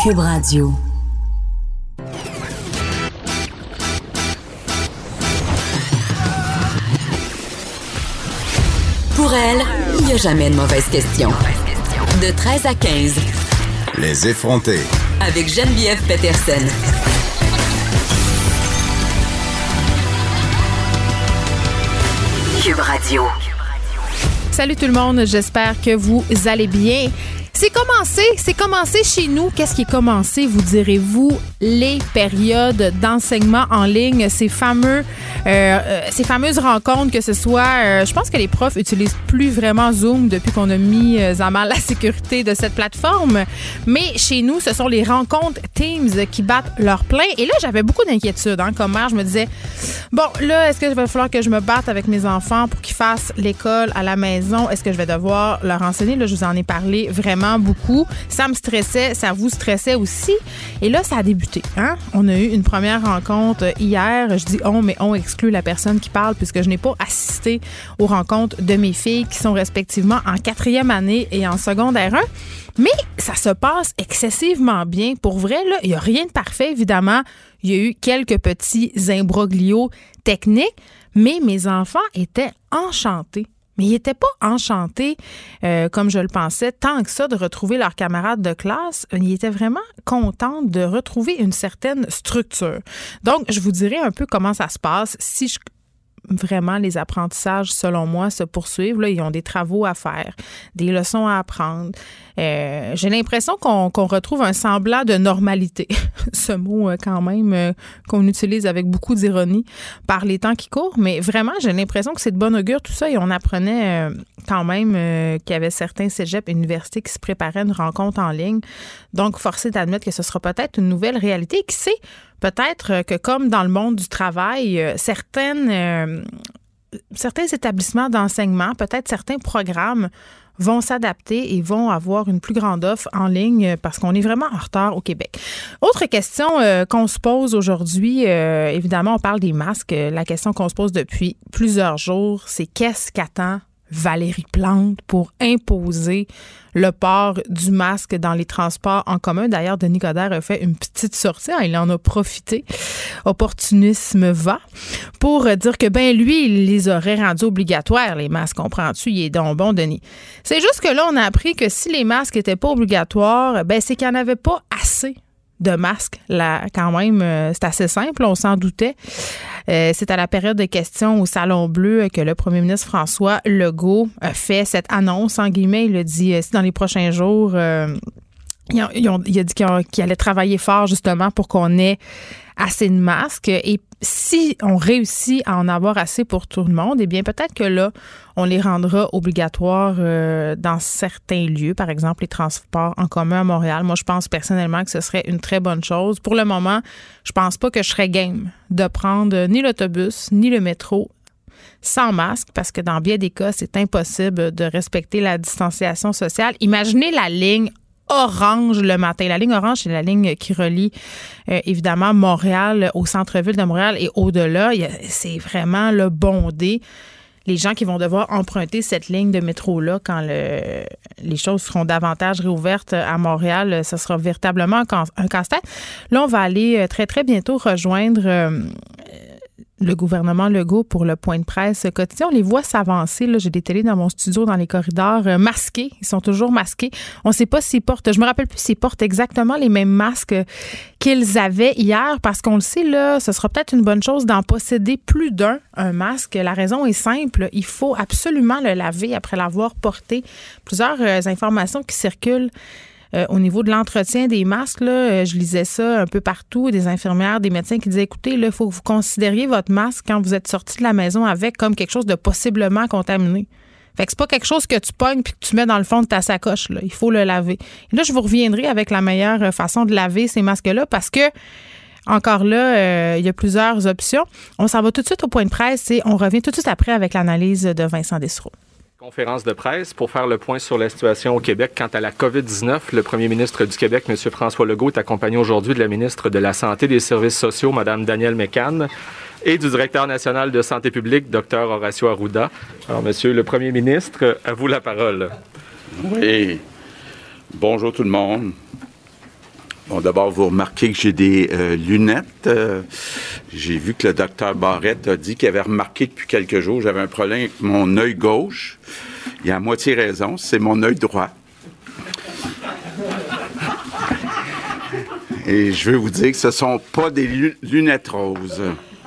Cube Radio. Pour elle, il n'y a jamais de mauvaise question. De 13 à 15. Les effrontés. Avec Geneviève Peterson. Cube Radio. Salut tout le monde, j'espère que vous allez bien. C'est commencé chez nous. Qu'est-ce qui est commencé, vous direz-vous? Les périodes d'enseignement en ligne, ces fameuses rencontres, que ce soit... je pense que les profs utilisent plus vraiment Zoom depuis qu'on a mis à mal la sécurité de cette plateforme. Mais chez nous, ce sont les rencontres Teams qui battent leur plein. Et là, j'avais beaucoup d'inquiétudes. Comme mère, je me disais, bon, là, est-ce qu'il va falloir que je me batte avec mes enfants pour qu'ils fassent l'école à la maison? Est-ce que je vais devoir leur enseigner? Là, je vous en ai parlé vraiment beaucoup. Ça me stressait, ça vous stressait aussi. Et là, ça a débuté. On a eu une première rencontre hier. Je dis on, mais on exclut la personne qui parle puisque je n'ai pas assisté aux rencontres de mes filles qui sont respectivement en 4e année et en secondaire 1. Mais ça se passe excessivement bien. Pour vrai, là, il n'y a rien de parfait, évidemment. Il y a eu quelques petits imbroglios techniques, mais mes enfants étaient enchantés. Mais ils n'étaient pas enchantés, comme je le pensais, tant que ça, de retrouver leurs camarades de classe. Ils étaient vraiment contents de retrouver une certaine structure. Donc, je vous dirai un peu comment ça se passe si vraiment les apprentissages, selon moi, se poursuivent. Là, ils ont des travaux à faire, des leçons à apprendre. J'ai l'impression qu'on retrouve un semblant de normalité. Ce mot, quand même, qu'on utilise avec beaucoup d'ironie par les temps qui courent. Mais vraiment, j'ai l'impression que c'est de bon augure, tout ça. Et on apprenait quand même qu'il y avait certains cégeps et universités qui se préparaient à une rencontre en ligne. Donc, forcé d'admettre que ce sera peut-être une nouvelle réalité. Et qui sait, peut-être que comme dans le monde du travail, certains établissements d'enseignement, peut-être certains programmes vont s'adapter et vont avoir une plus grande offre en ligne parce qu'on est vraiment en retard au Québec. Autre question qu'on se pose aujourd'hui, évidemment, on parle des masques. La question qu'on se pose depuis plusieurs jours, c'est qu'est-ce qu'attend Valérie Plante pour imposer le port du masque dans les transports en commun. D'ailleurs, Denis Coderre a fait une petite sortie. Il en a profité. Opportunisme va. Pour dire que, lui, il les aurait rendus obligatoires, les masques. Comprends-tu? Il est donc bon, Denis. C'est juste que là, on a appris que si les masques n'étaient pas obligatoires, c'est qu'il n'y en avait pas assez de masques. Là, quand même, c'est assez simple, on s'en doutait. C'est à la période de questions au Salon Bleu que le premier ministre François Legault a fait cette annonce, en guillemets. Il a dit, si dans les prochains jours, il a dit qu'il allait travailler fort, justement, pour qu'on ait assez de masques. Et si on réussit à en avoir assez pour tout le monde, peut-être que là, on les rendra obligatoires dans certains lieux, par exemple les transports en commun à Montréal. Moi, je pense personnellement que ce serait une très bonne chose. Pour le moment, je pense pas que je serais game de prendre ni l'autobus, ni le métro sans masque, parce que dans bien des cas, c'est impossible de respecter la distanciation sociale. Imaginez la ligne orange le matin. La ligne orange, c'est la ligne qui relie évidemment Montréal au centre-ville de Montréal et au-delà. C'est vraiment bondé. Les gens qui vont devoir emprunter cette ligne de métro-là quand les choses seront davantage réouvertes à Montréal, ce sera véritablement un casse-tête. Là, on va aller très, très bientôt rejoindre le gouvernement Legault pour le point de presse quotidien. On les voit s'avancer. Là, j'ai des télés dans mon studio, dans les corridors, masqués. Ils sont toujours masqués. On ne sait pas s'ils portent, je me rappelle plus s'ils portent exactement les mêmes masques qu'ils avaient hier, parce qu'on le sait, là, ce sera peut-être une bonne chose d'en posséder plus d'un, un masque. La raison est simple. Il faut absolument le laver après l'avoir porté. Plusieurs informations qui circulent au niveau de l'entretien des masques, là, je lisais ça un peu partout, des infirmières, des médecins qui disaient, écoutez, il faut que vous considériez votre masque quand vous êtes sorti de la maison avec comme quelque chose de possiblement contaminé. Fait que c'est pas quelque chose que tu pognes puis que tu mets dans le fond de ta sacoche, là. Il faut le laver. Et là, je vous reviendrai avec la meilleure façon de laver ces masques-là parce que, encore là, il y a plusieurs options. On s'en va tout de suite au point de presse et on revient tout de suite après avec l'analyse de Vincent Dessereau. Conférence de presse pour faire le point sur la situation au Québec quant à la COVID-19. Le premier ministre du Québec, M. François Legault, est accompagné aujourd'hui de la ministre de la Santé et des Services sociaux, Mme Danielle Mécan, et du directeur national de santé publique, Dr Horacio Arruda. Alors, Monsieur le premier ministre, à vous la parole. Oui. Bonjour tout le monde. Bon, d'abord, vous remarquez que j'ai des lunettes. J'ai vu que le docteur Barrette a dit qu'il avait remarqué depuis quelques jours que j'avais un problème avec mon œil gauche. Il a à moitié raison, c'est mon œil droit. Et je veux vous dire que ce ne sont pas des lunettes roses.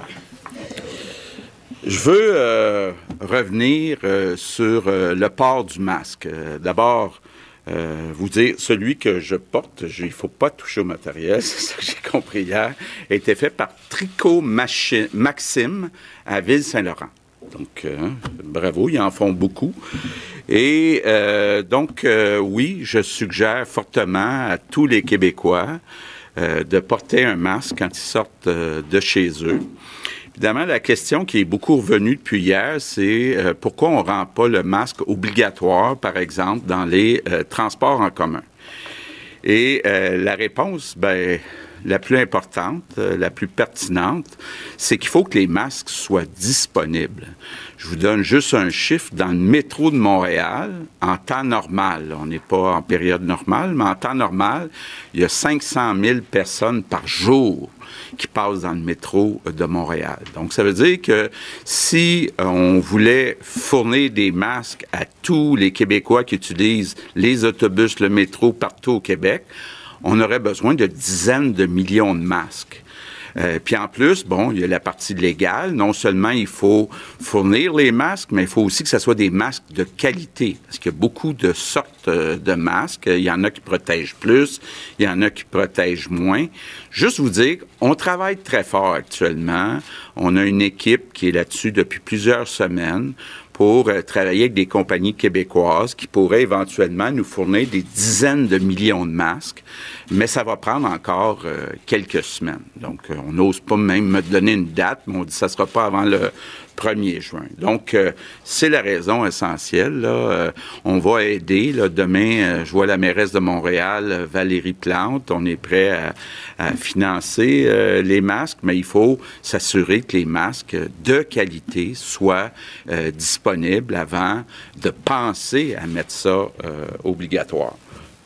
Je veux revenir sur le port du masque. D'abord, vous dire, celui que je porte, il ne faut pas toucher au matériel, c'est ça que j'ai compris hier, a été fait par Tricot Maxime à Ville-Saint-Laurent. Donc, bravo, ils en font beaucoup. Et donc, oui, je suggère fortement à tous les Québécois de porter un masque quand ils sortent de chez eux. Évidemment, la question qui est beaucoup revenue depuis hier, c'est pourquoi on ne rend pas le masque obligatoire, par exemple, dans les transports en commun. Et la réponse, la plus importante, la plus pertinente, c'est qu'il faut que les masques soient disponibles. Je vous donne juste un chiffre. Dans le métro de Montréal, en temps normal, on n'est pas en période normale, mais en temps normal, il y a 500 000 personnes par jour qui passent dans le métro de Montréal. Donc, ça veut dire que si on voulait fournir des masques à tous les Québécois qui utilisent les autobus, le métro partout au Québec, on aurait besoin de dizaines de millions de masques. Puis en plus, il y a la partie légale. Non seulement il faut fournir les masques, mais il faut aussi que ce soit des masques de qualité. Parce qu'il y a beaucoup de sortes de masques. Il y en a qui protègent plus, il y en a qui protègent moins. Juste vous dire, on travaille très fort actuellement. On a une équipe qui est là-dessus depuis plusieurs semaines pour travailler avec des compagnies québécoises qui pourraient éventuellement nous fournir des dizaines de millions de masques, mais ça va prendre encore quelques semaines. Donc, on n'ose pas même me donner une date, mais on dit que ça ne sera pas avant le 1er juin. Donc, c'est la raison essentielle. Là. On va aider. Là. Demain, je vois la mairesse de Montréal, Valérie Plante. On est prêt à financer les masques, mais il faut s'assurer que les masques de qualité soient disponibles avant de penser à mettre ça obligatoire.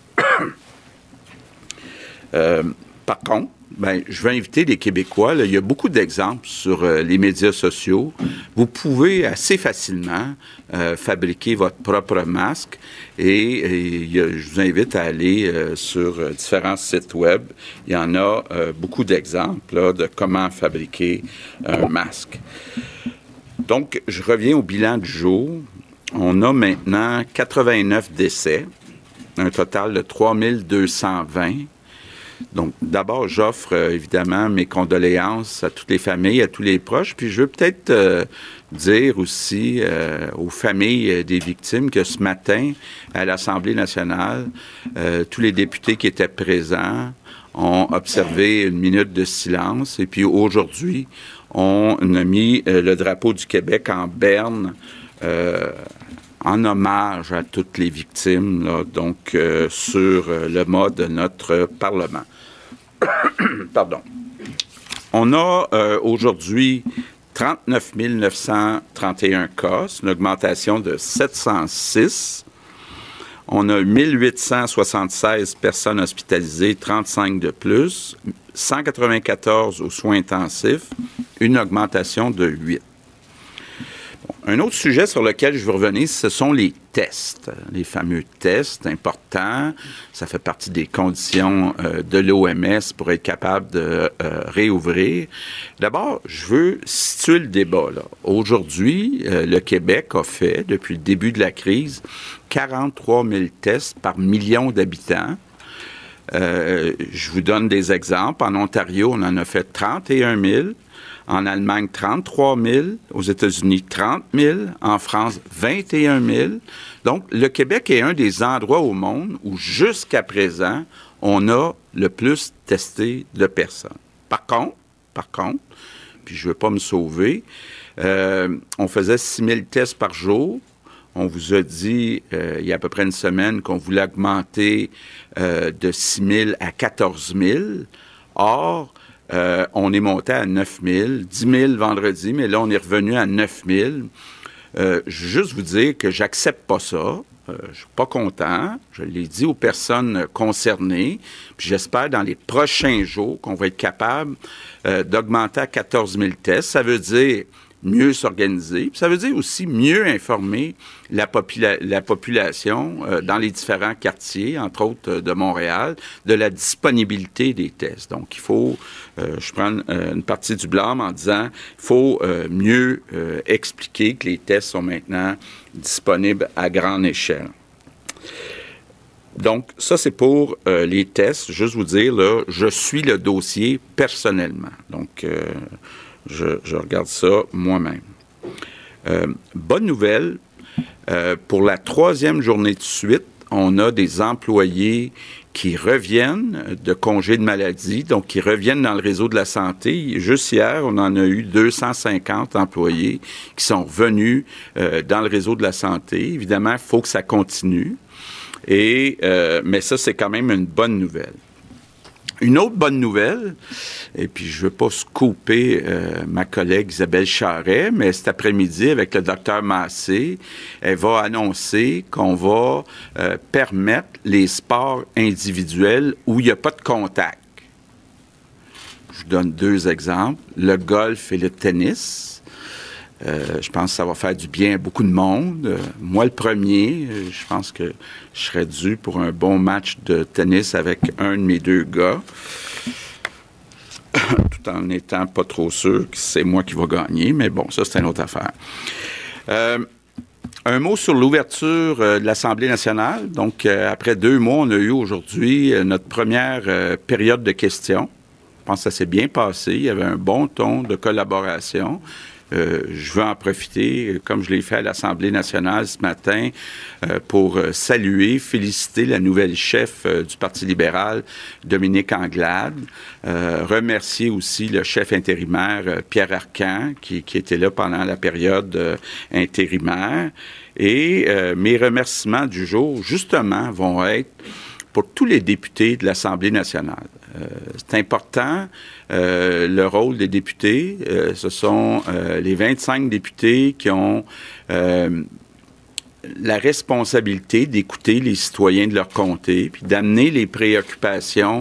Par contre, je vais inviter les Québécois. Là, il y a beaucoup d'exemples sur les médias sociaux. Vous pouvez assez facilement fabriquer votre propre masque et je vous invite à aller sur différents sites web. Il y en a beaucoup d'exemples là, de comment fabriquer un masque. Donc, je reviens au bilan du jour. On a maintenant 89 décès, un total de 3220. Donc, d'abord, j'offre évidemment mes condoléances à toutes les familles, à tous les proches. Puis, je veux peut-être dire aussi aux familles des victimes que ce matin, à l'Assemblée nationale, tous les députés qui étaient présents ont observé une minute de silence. Et puis, aujourd'hui, on a mis le drapeau du Québec en berne en hommage à toutes les victimes, là, donc sur le mât de notre Parlement. Pardon. On a aujourd'hui 39 931 cas, c'est une augmentation de 706. On a 1876 personnes hospitalisées, 35 de plus, 194 aux soins intensifs, une augmentation de 8. Un autre sujet sur lequel je veux revenir, ce sont les tests, les fameux tests importants. Ça fait partie des conditions de l'OMS pour être capable de réouvrir. D'abord, je veux situer le débat. Là. Aujourd'hui, le Québec a fait, depuis le début de la crise, 43 000 tests par million d'habitants. Je vous donne des exemples. En Ontario, on en a fait 31 000. En Allemagne, 33 000. Aux États-Unis, 30 000. En France, 21 000. Donc, le Québec est un des endroits au monde où, jusqu'à présent, on a le plus testé de personnes. Par contre, puis je ne veux pas me sauver, on faisait 6 000 tests par jour. On vous a dit, il y a à peu près une semaine, qu'on voulait augmenter de 6 000 à 14 000. Or, on est monté à 9 000, 10 000 vendredi, mais là, on est revenu à 9 000. Je veux juste vous dire que j'accepte pas ça. je suis pas content. Je l'ai dit aux personnes concernées. Puis j'espère dans les prochains jours qu'on va être capable d'augmenter à 14 000 tests. Ça veut dire mieux s'organiser. Puis ça veut dire aussi mieux informer la population dans les différents quartiers, entre autres de Montréal, de la disponibilité des tests. Donc, il faut, je prends une partie du blâme en disant, il faut mieux expliquer que les tests sont maintenant disponibles à grande échelle. Donc, ça, c'est pour les tests. Juste vous dire, là, je suis le dossier personnellement. Donc, je regarde ça moi-même. Bonne nouvelle, pour la 3e journée de suite, on a des employés qui reviennent de congé de maladie, donc qui reviennent dans le réseau de la santé. Juste hier, on en a eu 250 employés qui sont revenus dans le réseau de la santé. Évidemment, il faut que ça continue. Mais ça, c'est quand même une bonne nouvelle. Une autre bonne nouvelle, et puis je ne veux pas scooper ma collègue Isabelle Charret, mais cet après-midi, avec le docteur Massé, elle va annoncer qu'on va permettre les sports individuels où il n'y a pas de contact. Je vous donne 2 exemples, le golf et le tennis. Je pense que ça va faire du bien à beaucoup de monde. Moi, le premier, je pense que je serais dû pour un bon match de tennis avec un de mes 2 gars, tout en n'étant pas trop sûr que c'est moi qui va gagner, mais bon, ça, c'est une autre affaire. Un mot sur l'ouverture de l'Assemblée nationale. Donc, après 2 mois, on a eu aujourd'hui notre première période de questions. Je pense que ça s'est bien passé. Il y avait un bon ton de collaboration. Je veux en profiter, comme je l'ai fait à l'Assemblée nationale ce matin, pour saluer, féliciter la nouvelle chef du Parti libéral, Dominique Anglade, remercier aussi le chef intérimaire, Pierre Arcan, qui était là pendant la période intérimaire. Et mes remerciements du jour, justement, vont être pour tous les députés de l'Assemblée nationale. C'est important, le rôle des députés. Ce sont les 25 députés qui ont la responsabilité d'écouter les citoyens de leur comté, puis d'amener les préoccupations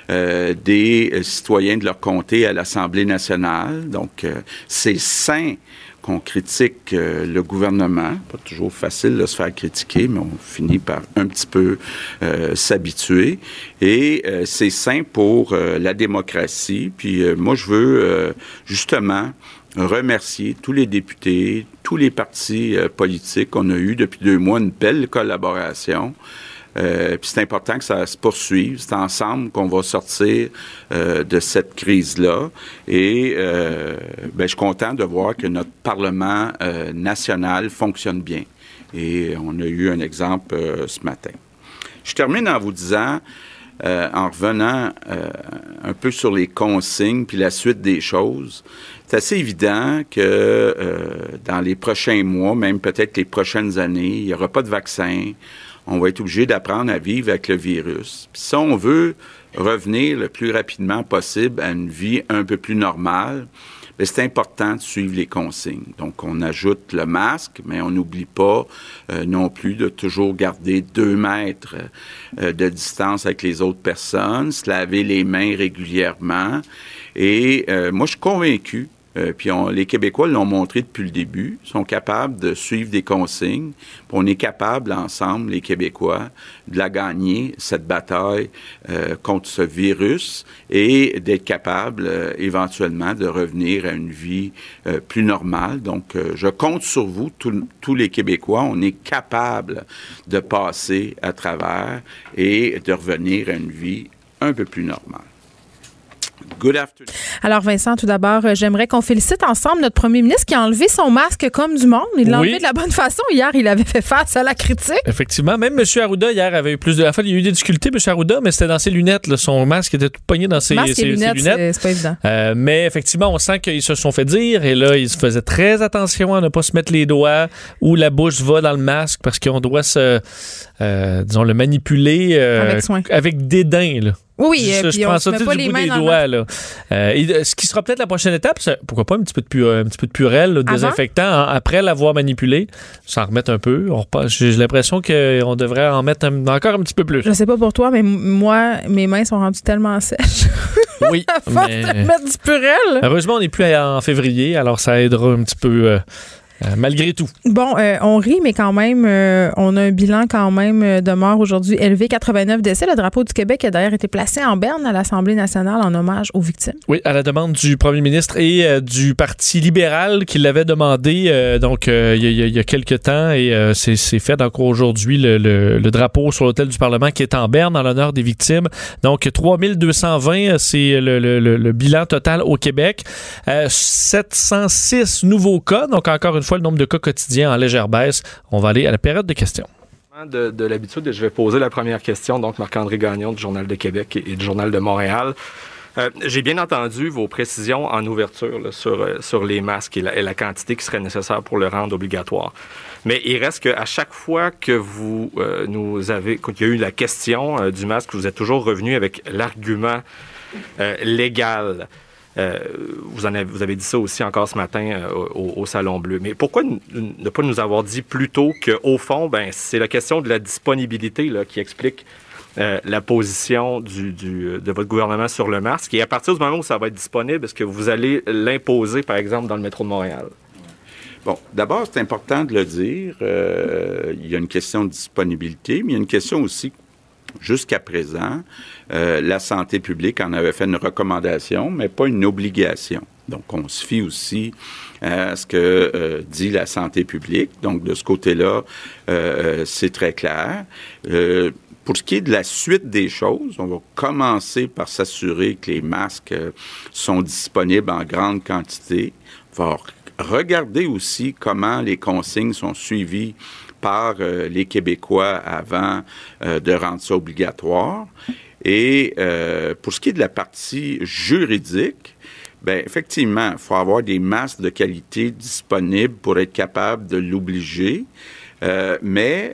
des citoyens de leur comté à l'Assemblée nationale. Donc, c'est sain qu'on critique le gouvernement. Pas toujours facile de se faire critiquer, mais on finit par un petit peu s'habituer. Et c'est sain pour la démocratie. Puis moi, je veux justement remercier tous les députés, tous les partis politiques. On a eu depuis 2 mois une belle collaboration. Puis c'est important que ça se poursuive. C'est ensemble qu'on va sortir de cette crise-là. Et je suis content de voir que notre Parlement national fonctionne bien. Et on a eu un exemple ce matin. Je termine en vous disant, en revenant un peu sur les consignes puis la suite des choses, c'est assez évident que dans les prochains mois, même peut-être les prochaines années, il n'y aura pas de vaccin. On va être obligé d'apprendre à vivre avec le virus. Puis si on veut revenir le plus rapidement possible à une vie un peu plus normale, bien, c'est important de suivre les consignes. Donc, on ajoute le masque, mais on n'oublie pas non plus de toujours garder 2 mètres de distance avec les autres personnes, se laver les mains régulièrement. Et moi, je suis convaincu, puis les Québécois l'ont montré depuis le début, sont capables de suivre des consignes. Puis on est capable, ensemble, les Québécois, de la gagner, cette bataille contre ce virus, et d'être capable, éventuellement, de revenir à une vie plus normale. Donc, je compte sur vous, tous les Québécois. On est capable de passer à travers et de revenir à une vie un peu plus normale. Good afternoon. Alors, Vincent, tout d'abord, j'aimerais qu'on félicite ensemble notre premier ministre qui a enlevé son masque comme du monde. Il l'a enlevé de la bonne façon. Hier, il avait fait face à la critique. Effectivement. Même M. Arruda, hier, avait eu plus de... Enfin, il y a eu des difficultés, M. Arruda, mais c'était dans ses lunettes. Là. Son masque était tout pogné dans ses lunettes. C'est pas évident. Mais effectivement, on sent qu'ils se sont fait dire. Et là, ils faisaient très attention à ne pas se mettre les doigts ou la bouche va dans le masque parce qu'on doit le manipuler avec dédain, là. Oui, je prends ça du bout des doigts. Là. Ce qui sera peut-être la prochaine étape, c'est pourquoi pas un petit peu de purel, là, de désinfectant, après l'avoir manipulé, s'en remettre un peu. J'ai l'impression qu'on devrait en mettre encore un petit peu plus. Je sais pas pour toi, mais moi, mes mains sont rendues tellement sèches. Oui, à force de mettre du purel. Heureusement, on n'est plus en février, alors ça aidera un petit peu... malgré tout. Bon, on rit, mais quand même, on a un bilan quand même de morts aujourd'hui élevé, 89 décès. Le drapeau du Québec a d'ailleurs été placé en berne à l'Assemblée nationale en hommage aux victimes. Oui, à la demande du premier ministre et du Parti libéral qui l'avait demandé il y a quelques temps et c'est fait donc aujourd'hui le drapeau sur l'hôtel du Parlement qui est en berne en l'honneur des victimes. Donc 3220, c'est le bilan total au Québec. 706 nouveaux cas, donc encore une fois le nombre de cas quotidiens en légère baisse. On va aller à la période de questions. De l'habitude, je vais poser la première question, donc Marc-André Gagnon du Journal de Québec et du Journal de Montréal. J'ai bien entendu vos précisions en ouverture là, sur les masques et la quantité qui serait nécessaire pour le rendre obligatoire. Mais il reste qu'à chaque fois que vous qu'il y a eu la question du masque, vous êtes toujours revenu avec l'argument légal. Vous avez dit ça aussi encore ce matin au Salon Bleu. Mais pourquoi ne pas nous avoir dit plus tôt qu'au fond, c'est la question de la disponibilité là, qui explique la position de votre gouvernement sur le masque. Et à partir du moment où ça va être disponible, est-ce que vous allez l'imposer, par exemple, dans le métro de Montréal? Bon, d'abord, c'est important de le dire. Il y a une question de disponibilité, mais il y a une question aussi. Jusqu'à présent, la santé publique en avait fait une recommandation, mais pas une obligation. Donc, on se fie aussi à ce que dit la santé publique. Donc, de ce côté-là, c'est très clair. Pour ce qui est de la suite des choses, on va commencer par s'assurer que les masques sont disponibles en grande quantité. On va regarder aussi comment les consignes sont suivies par les Québécois avant de rendre ça obligatoire. Et pour ce qui est de la partie juridique, effectivement, il faut avoir des masques de qualité disponibles pour être capable de l'obliger. Mais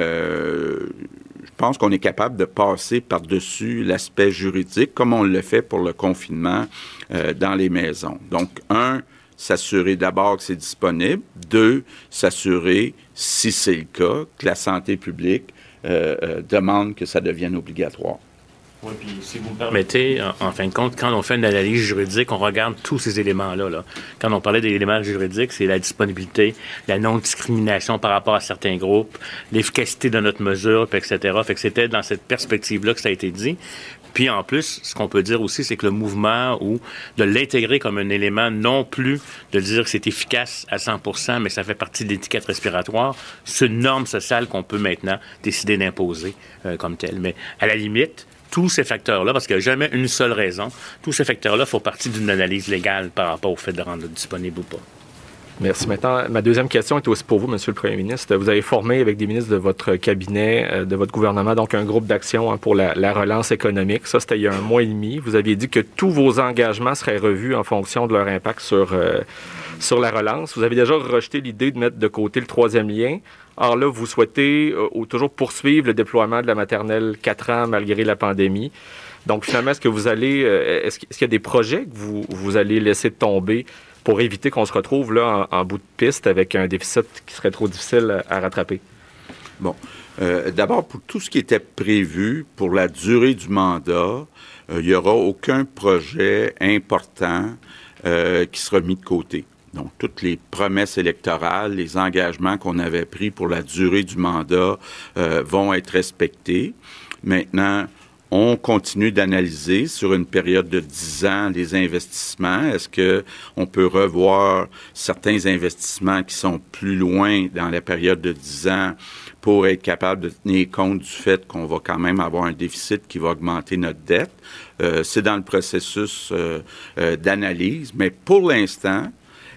je pense qu'on est capable de passer par-dessus l'aspect juridique, comme on le fait pour le confinement dans les maisons. Donc, s'assurer d'abord que c'est disponible. 2, s'assurer, si c'est le cas, que la santé publique demande que ça devienne obligatoire. Oui, puis si vous me permettez, en fin de compte, quand on fait une analyse juridique, on regarde tous ces éléments-là. Là. Quand on parlait des éléments juridiques, c'est la disponibilité, la non-discrimination par rapport à certains groupes, l'efficacité de notre mesure, etc. Fait que c'était dans cette perspective-là que ça a été dit. Puis en plus, ce qu'on peut dire aussi, c'est que le mouvement ou de l'intégrer comme un élément non plus de dire que c'est efficace à 100%, mais ça fait partie de l'étiquette respiratoire, c'est une norme sociale qu'on peut maintenant décider d'imposer comme telle. Mais à la limite, tous ces facteurs-là, parce qu'il n'y a jamais une seule raison, tous ces facteurs-là font partie d'une analyse légale par rapport au fait de rendre disponible ou pas. Merci. Maintenant, ma deuxième question est aussi pour vous, Monsieur le Premier ministre. Vous avez formé avec des ministres de votre cabinet, de votre gouvernement, donc un groupe d'action pour la relance économique. Ça, c'était il y a 1 mois et demi. Vous aviez dit que tous vos engagements seraient revus en fonction de leur impact sur la relance. Vous avez déjà rejeté l'idée de mettre de côté le 3e lien. Or là, vous souhaitez toujours poursuivre le déploiement de la maternelle 4 ans malgré la pandémie. Donc, finalement, est-ce qu'il y a des projets que vous allez laisser tomber pour éviter qu'on se retrouve là en bout de piste avec un déficit qui serait trop difficile à rattraper? Bon. D'abord, pour tout ce qui était prévu pour la durée du mandat, il n'y aura aucun projet important qui sera mis de côté. Donc, toutes les promesses électorales, les engagements qu'on avait pris pour la durée du mandat vont être respectés. Maintenant, on continue d'analyser sur une période de 10 ans les investissements. Est-ce qu'on peut revoir certains investissements qui sont plus loin dans la période de 10 ans pour être capable de tenir compte du fait qu'on va quand même avoir un déficit qui va augmenter notre dette? C'est dans le processus d'analyse, mais pour l'instant,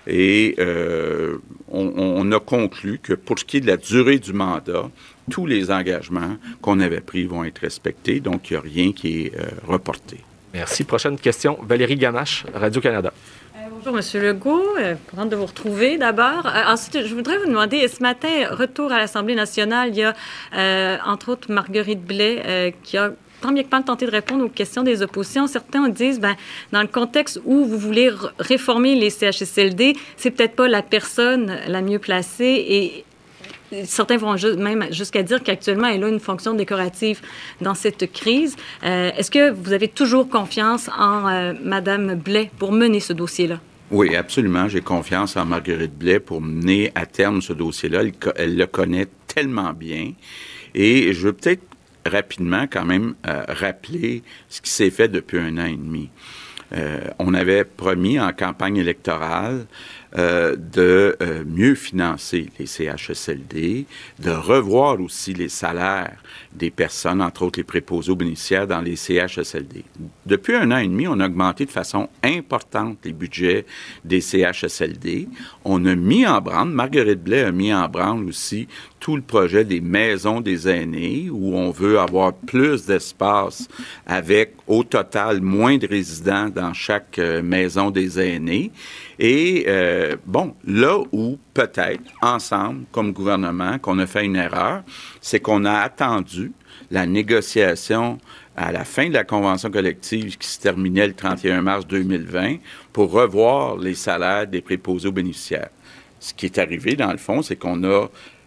on a conclu que pour ce qui est de la durée du mandat, tous les engagements qu'on avait pris vont être respectés, donc il n'y a rien qui est reporté. Merci. Prochaine question, Valérie Gamache, Radio-Canada. Bonjour, M. Legault. Contente de vous retrouver d'abord. Ensuite, je voudrais vous demander, ce matin, retour à l'Assemblée nationale, il y a, entre autres, Marguerite Blais qui a tant bien que mal tenter de répondre aux questions des oppositions. Certains disent, dans le contexte où vous voulez réformer les CHSLD, c'est peut-être pas la personne la mieux placée et certains vont même jusqu'à dire qu'actuellement, elle a une fonction décorative dans cette crise. Est-ce que vous avez toujours confiance en Mme Blais pour mener ce dossier-là? Oui, absolument. J'ai confiance en Marguerite Blais pour mener à terme ce dossier-là. Elle le connaît tellement bien. Et je veux peut-être rapidement quand même rappeler ce qui s'est fait depuis 1 an et demi. On avait promis en campagne électorale de mieux financer les CHSLD, de revoir aussi les salaires des personnes, entre autres les préposés aux bénéficiaires dans les CHSLD. Depuis 1 an et demi, on a augmenté de façon importante les budgets des CHSLD. On a mis en branle, Marguerite Blais a mis en branle aussi tout le projet des maisons des aînés, où on veut avoir plus d'espace avec, au total, moins de résidents dans chaque maison des aînés. Et, là où, peut-être, ensemble, comme gouvernement, qu'on a fait une erreur, c'est qu'on a attendu la négociation à la fin de la convention collective qui se terminait le 31 mars 2020 pour revoir les salaires des préposés aux bénéficiaires. Ce qui est arrivé, dans le fond, c'est qu'on a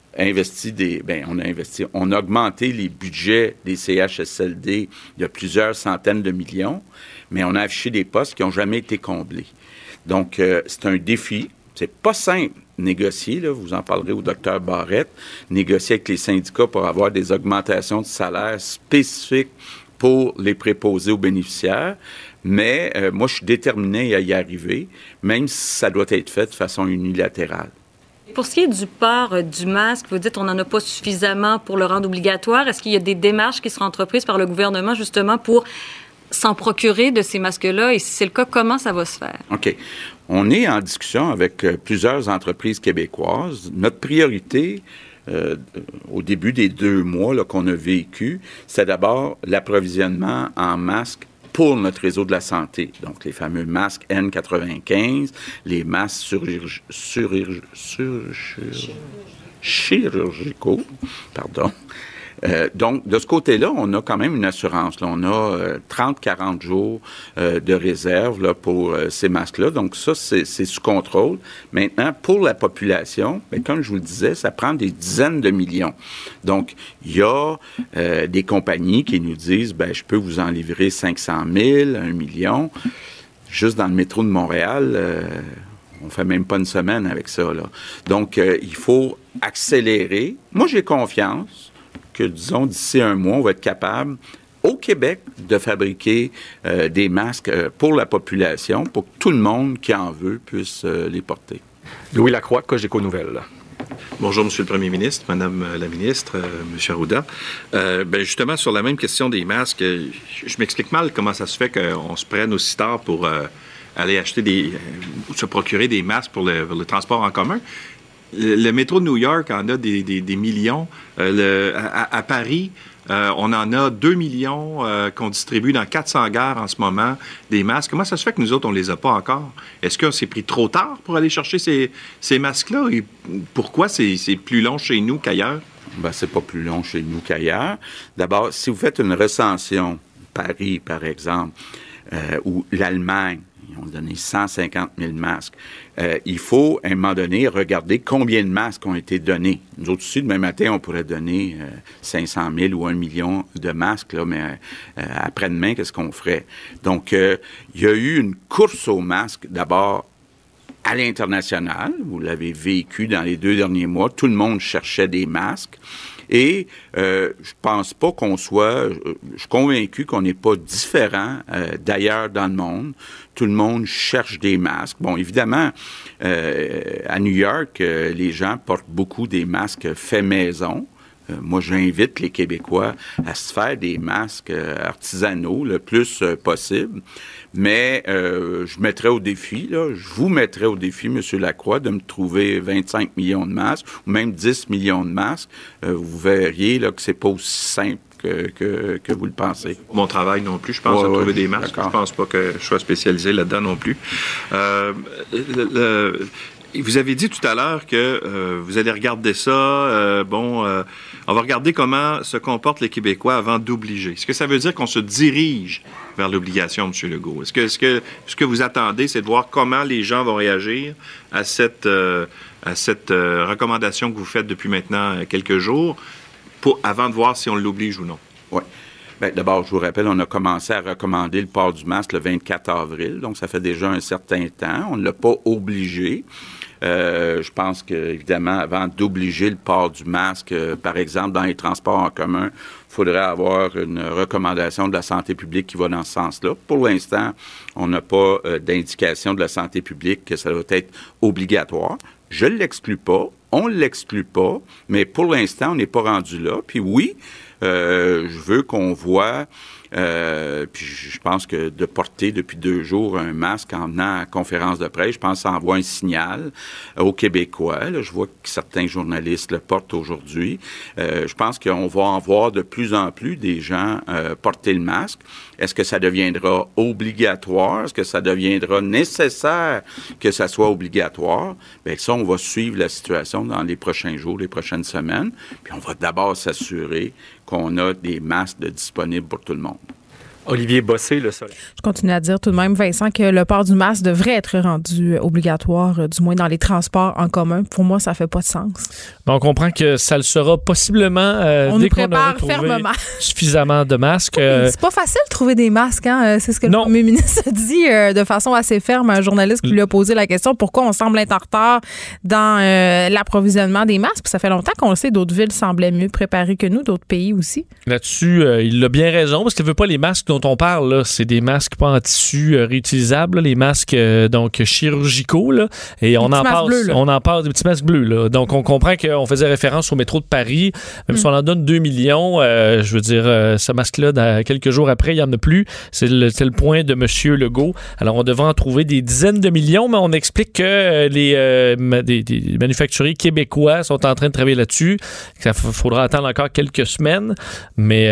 on a augmenté les budgets des CHSLD de plusieurs centaines de millions, mais on a affiché des postes qui n'ont jamais été comblés. Donc, c'est un défi. C'est pas simple négocier, là, vous en parlerez au Dr Barrette, négocier avec les syndicats pour avoir des augmentations de salaire spécifiques pour les préposés aux bénéficiaires. Mais moi, je suis déterminé à y arriver, même si ça doit être fait de façon unilatérale. Pour ce qui est du port du masque, vous dites qu'on n'en a pas suffisamment pour le rendre obligatoire. Est-ce qu'il y a des démarches qui seront entreprises par le gouvernement justement pour s'en procurer de ces masques-là? Et si c'est le cas, comment ça va se faire? OK. On est en discussion avec plusieurs entreprises québécoises. Notre priorité, au début des 2 mois là, qu'on a vécu, c'est d'abord l'approvisionnement en masques pour notre réseau de la santé. Donc, les fameux masques N95, les masques chirurgicaux, pardon. Donc, de ce côté-là, on a quand même une assurance. Là. On a 30-40 jours de réserve là, pour ces masques-là. Donc, ça, c'est sous contrôle. Maintenant, pour la population, bien, comme je vous le disais, ça prend des dizaines de millions. Donc, il y a des compagnies qui nous disent, bien, je peux vous en livrer 500 000, 1 million. Juste dans le métro de Montréal, on fait même pas une semaine avec ça. Là. Donc, il faut accélérer. Moi, j'ai confiance que, disons, d'ici 1 mois, on va être capable, au Québec, de fabriquer des masques pour la population, pour que tout le monde qui en veut puisse les porter. Louis Lacroix, Cogeco Nouvelles. Bonjour, Monsieur le Premier ministre, Madame la ministre, Monsieur Arruda. Justement, sur la même question des masques, je m'explique mal comment ça se fait qu'on se prenne aussi tard pour aller acheter se procurer des masques pour le transport en commun. Le métro de New York en a des millions. À Paris, on en a 2 millions qu'on distribue dans 400 gares en ce moment, des masques. Comment ça se fait que nous autres, on ne les a pas encore? Est-ce qu'on s'est pris trop tard pour aller chercher ces masques-là? Et pourquoi c'est plus long chez nous qu'ailleurs? Bien, c'est pas plus long chez nous qu'ailleurs. D'abord, si vous faites une recension, Paris, par exemple, ou l'Allemagne, ils ont donné 150 000 masques. Il faut, à un moment donné, regarder combien de masques ont été donnés. Nous autres aussi, demain matin, on pourrait donner 500 000 ou 1 million de masques, là, mais après-demain, qu'est-ce qu'on ferait? Donc, il y a eu une course aux masques, d'abord, à l'international. Vous l'avez vécu dans les 2 derniers mois. Tout le monde cherchait des masques. Et je pense pas qu'on soit... je suis convaincu qu'on n'est pas différent d'ailleurs dans le monde. Tout le monde cherche des masques. Bon, évidemment, à New York, les gens portent beaucoup des masques faits maison. Moi, j'invite les Québécois à se faire des masques artisanaux le plus possible. Mais je mettrais au défi, là, je vous mettrais au défi, M. Lacroix, de me trouver 25 millions de masques ou même 10 millions de masques. Vous verriez là, que c'est pas aussi simple que vous le pensez. Mon travail non plus, je pense à trouver des masques. Je pense pas que je sois spécialisé là-dedans non plus. vous avez dit tout à l'heure que vous allez regarder ça. On va regarder comment se comportent les Québécois avant d'obliger. Est-ce que ça veut dire qu'on se dirige vers l'obligation, M. Legault? Est-ce que vous attendez, c'est de voir comment les gens vont réagir à cette recommandation que vous faites depuis maintenant quelques jours, avant de voir si on l'oblige ou non? Oui. Bien, d'abord, je vous rappelle, on a commencé à recommander le port du masque le 24 avril, donc ça fait déjà un certain temps. On ne l'a pas obligé. Je pense qu'évidemment, avant d'obliger le port du masque, par exemple, dans les transports en commun, il faudrait avoir une recommandation de la santé publique qui va dans ce sens-là. Pour l'instant, on n'a pas d'indication de la santé publique que ça doit être obligatoire. Je ne l'exclus pas, on ne l'exclut pas, mais pour l'instant, on n'est pas rendu là. Puis oui, je veux qu'on voit, puis je pense que de porter depuis 2 jours un masque en venant à la conférence de presse, je pense que ça envoie un signal aux Québécois. Là, je vois que certains journalistes le portent aujourd'hui. Je pense qu'on va en voir de plus en plus des gens porter le masque. Est-ce que ça deviendra obligatoire? Est-ce que ça deviendra nécessaire que ça soit obligatoire? Bien, ça, on va suivre la situation dans les prochains jours, les prochaines semaines. Puis on va d'abord s'assurer qu'on a des masques disponibles pour tout le monde. Olivier Bossé, Le Soleil. Je continue à dire tout de même, Vincent, que le port du masque devrait être rendu obligatoire, du moins dans les transports en commun. Pour moi, ça fait pas de sens. On comprend que ça le sera possiblement dès qu'on aura trouvé suffisamment de masques. C'est pas facile de trouver des masques, hein? C'est ce que le premier ministre a dit de façon assez ferme à un journaliste qui lui a posé la question pourquoi on semble être en retard dans l'approvisionnement des masques. Puis ça fait longtemps qu'on le sait, d'autres villes semblaient mieux préparées que nous, d'autres pays aussi. Là-dessus, il a bien raison, parce qu'il veut pas les masques dont on parle, là, c'est des masques pas en tissu réutilisables, là, les masques donc chirurgicaux, là, et on en parle des petits masques bleus. Là. Donc on comprend qu'on faisait référence au métro de Paris, même si on en donne 2 millions, je veux dire, ce masque-là, quelques jours après, il n'y en a plus. C'est le point de M. Legault. Alors on devrait en trouver des dizaines de millions, mais on explique que des manufacturiers québécois sont en train de travailler là-dessus. Il faudra attendre encore quelques semaines, mais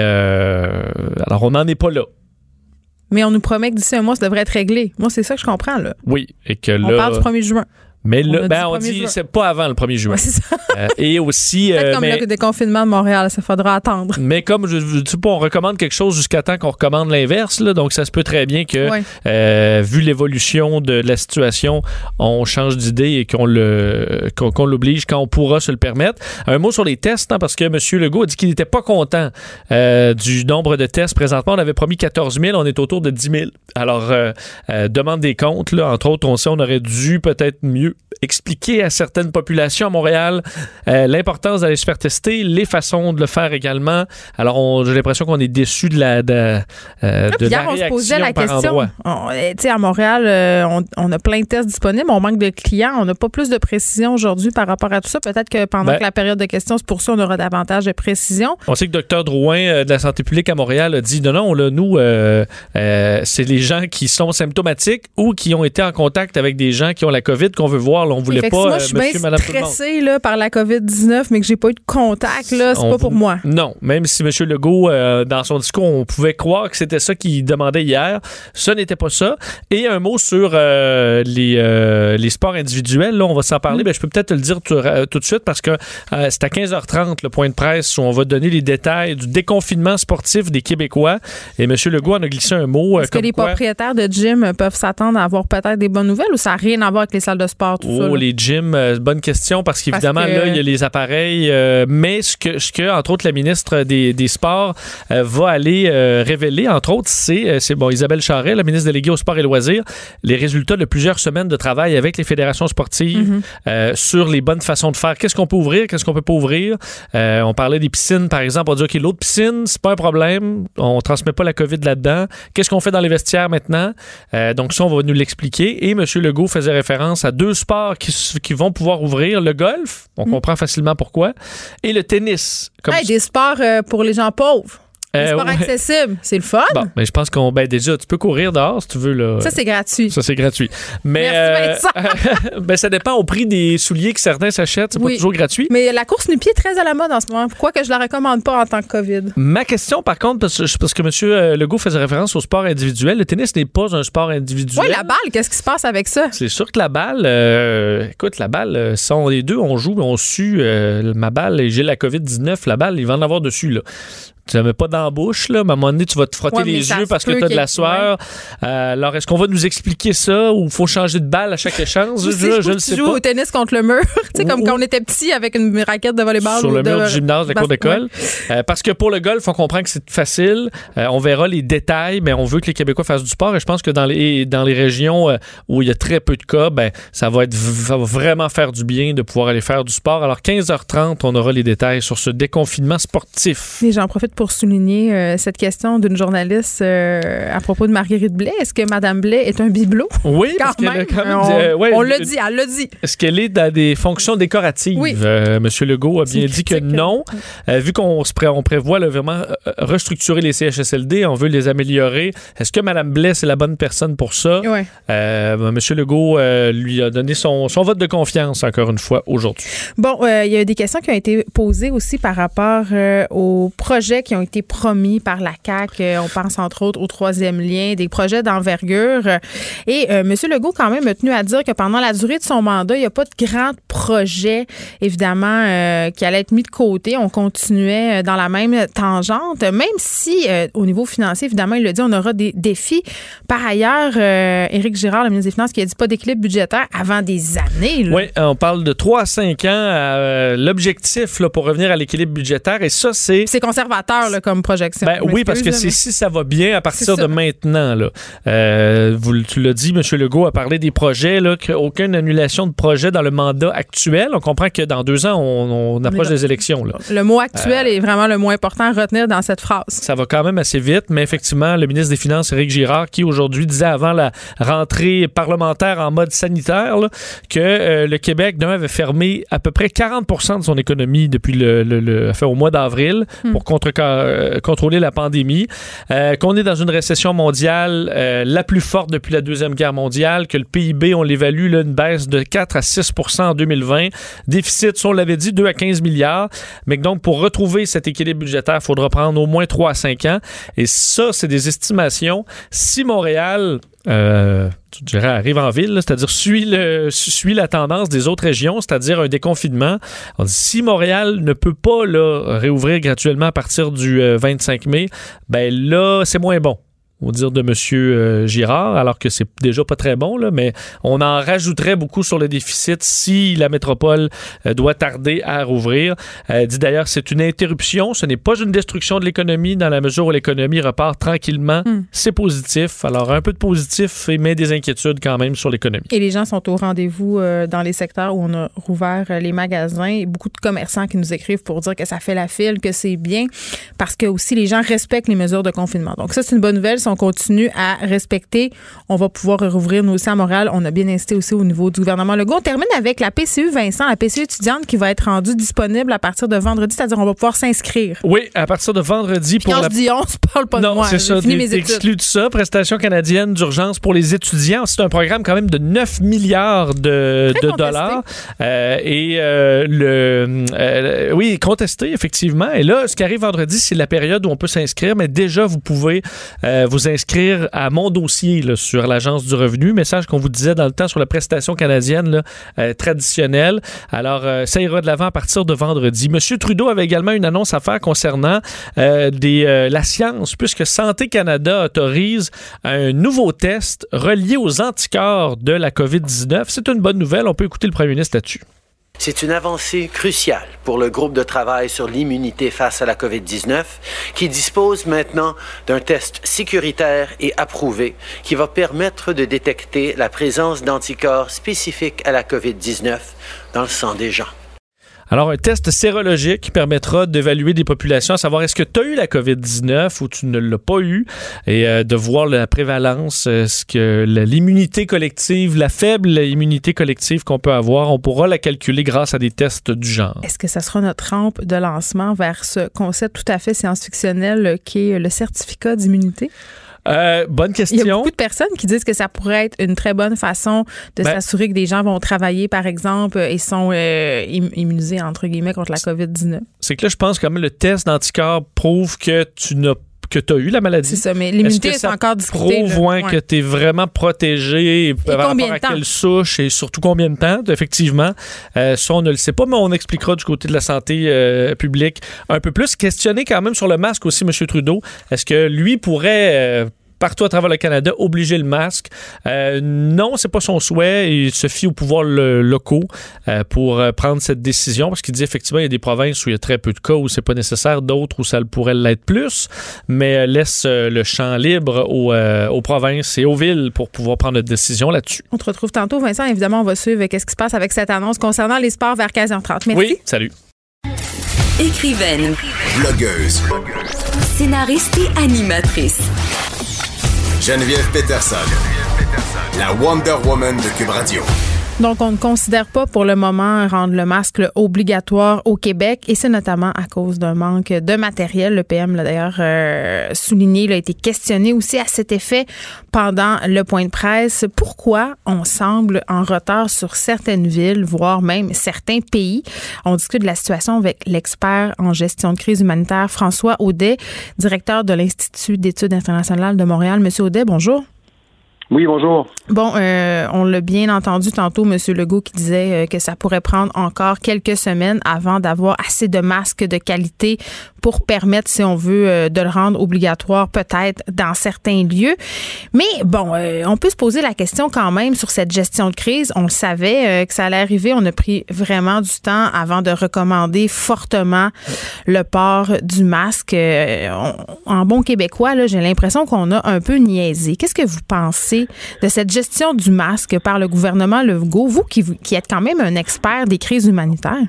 alors on n'en est pas là. Mais on nous promet que d'ici un mois, ça devrait être réglé. Moi, c'est ça que je comprends, là. Oui, et que là... On parle du 1er juin. Mais là, on dit c'est pas avant le 1er juin. Ouais, c'est ça. Et aussi... Peut-être comme le déconfinement de Montréal, ça faudra attendre. Mais comme, je sais pas, on recommande quelque chose jusqu'à temps qu'on recommande l'inverse, là, donc ça se peut très bien que, vu l'évolution de la situation, on change d'idée et qu'on l'oblige quand on pourra se le permettre. Un mot sur les tests, hein, parce que M. Legault a dit qu'il n'était pas content du nombre de tests. Présentement, on avait promis 14 000, on est autour de 10 000. Alors, demande des comptes, là, entre autres, on aurait dû peut-être mieux expliquer à certaines populations à Montréal l'importance d'aller se faire tester, les façons de le faire également. Alors, j'ai l'impression qu'on est déçus de la hier, on se posait la question. À Montréal, on a plein de tests disponibles, on manque de clients, on n'a pas plus de précision aujourd'hui par rapport à tout ça. Peut-être que pendant que la période de questions, c'est pour ça qu'on aura davantage de précision. On sait que Dr Drouin de la santé publique à Montréal a dit non, là, nous, c'est les gens qui sont symptomatiques ou qui ont été en contact avec des gens qui ont la COVID qu'on veut voir. Là, on voulait pas moi, je suis bien stressée là, par la COVID-19, mais que j'ai pas eu de contact, là, c'est pas pour moi. Non, même si M. Legault, dans son discours, on pouvait croire que c'était ça qu'il demandait hier, ce n'était pas ça. Et un mot sur les sports individuels, là, on va s'en parler. Je peux peut-être te le dire tout de suite parce que c'est à 15h30 le point de presse où on va donner les détails du déconfinement sportif des Québécois. Et M. Legault en a glissé un mot. Est-ce que les propriétaires de gym peuvent s'attendre à avoir peut-être des bonnes nouvelles ou ça n'a rien à voir avec les salles de sport? Les gyms, bonne question, parce qu'évidemment, là, il y a les appareils, mais ce que, entre autres, la ministre des Sports va aller révéler, entre autres, c'est Isabelle Charest, la ministre déléguée au sport et loisirs, les résultats de plusieurs semaines de travail avec les fédérations sportives sur les bonnes façons de faire. Qu'est-ce qu'on peut ouvrir, qu'est-ce qu'on peut pas ouvrir? On parlait des piscines, par exemple. On dit, OK, l'autre piscine, c'est pas un problème. On transmet pas la COVID là-dedans. Qu'est-ce qu'on fait dans les vestiaires maintenant? Donc ça, on va nous l'expliquer. Et M. Legault faisait référence à 2 sports qui vont pouvoir ouvrir. Le golf, on comprend facilement pourquoi, et le tennis. Des sports pour les gens pauvres. Sport accessible, c'est le fun. Bon, mais je pense qu'on déjà, tu peux courir dehors si tu veux. Là. Ça, c'est gratuit. Mais ben, ça dépend au prix des souliers que certains s'achètent. C'est pas toujours gratuit. Mais la course nu-pied est très à la mode en ce moment. Pourquoi que je la recommande pas en tant que COVID? Ma question, par contre, parce que M. Legault faisait référence au sport individuel, le tennis n'est pas un sport individuel. Oui, la balle, qu'est-ce qui se passe avec ça? C'est sûr que la balle, écoute, les deux, on joue, on sue. Ma balle, et j'ai la COVID-19, la balle, il va en avoir dessus, là. Tu la mets pas dans la bouche, là, mais à un moment donné, tu vas te frotter les yeux parce que tu as de la sueur. Ouais. Alors, est-ce qu'on va nous expliquer ça ou il faut changer de balle à chaque échange? Je ne sais pas. Tu joues au tennis contre le mur, comme quand on était petit avec une raquette de volleyball. Sur le mur du gymnase de la cour d'école. Ouais. Parce que pour le golf, on comprend que c'est facile. On verra les détails, mais on veut que les Québécois fassent du sport. Et je pense que dans les régions où il y a très peu de cas, ça va vraiment faire du bien de pouvoir aller faire du sport. Alors, 15h30, on aura les détails sur ce déconfinement sportif. Et j'en profite pour souligner cette question d'une journaliste à propos de Marguerite Blais. Est-ce que Mme Blais est un bibelot? Oui, quand même. On l'a dit, elle l'a dit. Est-ce qu'elle est dans des fonctions décoratives? Oui. M. Legault a bien dit que non. Vu qu'on prévoit vraiment restructurer les CHSLD, on veut les améliorer. Est-ce que Mme Blais, c'est la bonne personne pour ça? Oui. M. Legault lui a donné son vote de confiance, encore une fois, aujourd'hui. Bon, il y a des questions qui ont été posées aussi par rapport aux projets qui ont été promis par la CAQ. On pense entre autres au troisième lien, des projets d'envergure. Et M. Legault, quand même, a tenu à dire que pendant la durée de son mandat, il n'y a pas de grands projets, évidemment, qui allaient être mis de côté. On continuait dans la même tangente, même si, au niveau financier, évidemment, il le dit, on aura des défis. Par ailleurs, Éric Girard, le ministre des Finances, qui a dit pas d'équilibre budgétaire avant des années. Là. Oui, on parle de 3 à 5 ans. L'objectif là, pour revenir à l'équilibre budgétaire, et ça, c'est conservateur là, comme projection. Oui, parce que si ça va bien à partir de maintenant. Là, tu l'as dit, M. Legault a parlé des projets, là, aucune annulation de projet dans le mandat actuel. On comprend que dans 2 ans, on approche des élections. Là. Le mot actuel est vraiment le mot important à retenir dans cette phrase. Ça va quand même assez vite, mais effectivement, le ministre des Finances, Éric Girard, qui aujourd'hui disait avant la rentrée parlementaire en mode sanitaire là, que le Québec avait fermé à peu près 40% de son économie depuis au mois d'avril pour contrôler la pandémie, qu'on est dans une récession mondiale la plus forte depuis la Deuxième Guerre mondiale, que le PIB, on l'évalue, là, une baisse de 4 à 6% en 2020. Déficit, on l'avait dit, 2 à 15 milliards. Mais donc, pour retrouver cet équilibre budgétaire, il faudra prendre au moins 3 à 5 ans. Et ça, c'est des estimations. Si Montréal... je dirais, arrive en ville, là, c'est-à-dire suit la tendance des autres régions, c'est-à-dire un déconfinement. On dit, si Montréal ne peut pas là, réouvrir graduellement à partir du 25 mai, là, c'est moins bon. Au dire de M. Girard, alors que c'est déjà pas très bon, là, mais on en rajouterait beaucoup sur le déficit si la métropole doit tarder à rouvrir. Dit d'ailleurs, c'est une interruption, ce n'est pas une destruction de l'économie dans la mesure où l'économie repart tranquillement. C'est positif. Alors, un peu de positif, mais des inquiétudes quand même sur l'économie. Et les gens sont au rendez-vous dans les secteurs où on a rouvert les magasins. Et beaucoup de commerçants qui nous écrivent pour dire que ça fait la file, que c'est bien, parce que aussi les gens respectent les mesures de confinement. Donc ça, c'est une bonne nouvelle. Si on continue à respecter, on va pouvoir rouvrir nous aussi à Montréal. On a bien insisté aussi au niveau du gouvernement Legault. On termine avec la PCU, Vincent, la PCU étudiante qui va être rendue disponible à partir de vendredi, c'est-à-dire on va pouvoir s'inscrire. Oui, à partir de vendredi. Quand je dis on se parle pas de moi. Non, c'est ça. T'exclus de ça. Prestation canadienne d'urgence pour les étudiants. C'est un programme quand même de 9 milliards de dollars. Oui, contesté, effectivement. Et là, ce qui arrive vendredi, c'est la période où on peut s'inscrire, mais déjà, vous pouvez vous inscrire à mon dossier là, sur l'Agence du revenu. Message qu'on vous disait dans le temps sur la prestation canadienne là, traditionnelle. Alors, ça ira de l'avant à partir de vendredi. M. Trudeau avait également une annonce à faire concernant la science, puisque Santé Canada autorise un nouveau test relié aux anticorps de la COVID-19. C'est une bonne nouvelle. On peut écouter le premier ministre là-dessus. C'est une avancée cruciale pour le groupe de travail sur l'immunité face à la COVID-19 qui dispose maintenant d'un test sécuritaire et approuvé qui va permettre de détecter la présence d'anticorps spécifiques à la COVID-19 dans le sang des gens. Alors, un test sérologique qui permettra d'évaluer des populations, à savoir est-ce que tu as eu la COVID-19 ou tu ne l'as pas eu, et de voir la prévalence, ce que l'immunité collective, la faible immunité collective qu'on peut avoir, on pourra la calculer grâce à des tests du genre. Est-ce que ça sera notre rampe de lancement vers ce concept tout à fait science-fictionnel qui est le certificat d'immunité? Bonne question. Il y a beaucoup de personnes qui disent que ça pourrait être une très bonne façon de s'assurer que des gens vont travailler, par exemple, et sont immunisés, entre guillemets, contre la COVID-19. C'est que là, je pense que le test d'anticorps prouve que tu as eu la maladie. C'est ça, mais l'immunité est encore discutée. Prouve que tu es vraiment protégé par rapport à quelle souche et surtout combien de temps, effectivement. Ça, on ne le sait pas, mais on expliquera du côté de la santé publique un peu plus. Questionner quand même sur le masque aussi, M. Trudeau. Est-ce que lui pourrait... partout à travers le Canada, obliger le masque. Non, c'est pas son souhait. Il se fie aux pouvoirs locaux pour prendre cette décision, parce qu'il dit effectivement il y a des provinces où il y a très peu de cas où c'est pas nécessaire, d'autres où ça pourrait l'être plus, mais laisse le champ libre aux provinces et aux villes pour pouvoir prendre une décision là-dessus. On te retrouve tantôt, Vincent. Évidemment, on va suivre qu'est-ce qui se passe avec cette annonce concernant les sports vers 15h30. Merci. Oui, salut. Écrivaine. Blogueuse. Scénariste et animatrice. Geneviève Peterson. La Wonder Woman de Cube Radio. Donc, on ne considère pas pour le moment rendre le masque obligatoire au Québec, et c'est notamment à cause d'un manque de matériel. Le PM l'a d'ailleurs souligné, il a été questionné aussi à cet effet pendant le point de presse. Pourquoi on semble en retard sur certaines villes, voire même certains pays? On discute de la situation avec l'expert en gestion de crise humanitaire François Audet, directeur de l'Institut d'études internationales de Montréal. Monsieur Audet, bonjour. Oui, bonjour. Bon, on l'a bien entendu tantôt, M. Legault, qui disait que ça pourrait prendre encore quelques semaines avant d'avoir assez de masques de qualité pour permettre, si on veut, de le rendre obligatoire peut-être dans certains lieux. Mais bon, on peut se poser la question quand même sur cette gestion de crise. On le savait que ça allait arriver. On a pris vraiment du temps avant de recommander fortement le port du masque. En bon québécois, là, j'ai l'impression qu'on a un peu niaisé. Qu'est-ce que vous pensez de cette gestion du masque par le gouvernement Legault, vous qui êtes quand même un expert des crises humanitaires?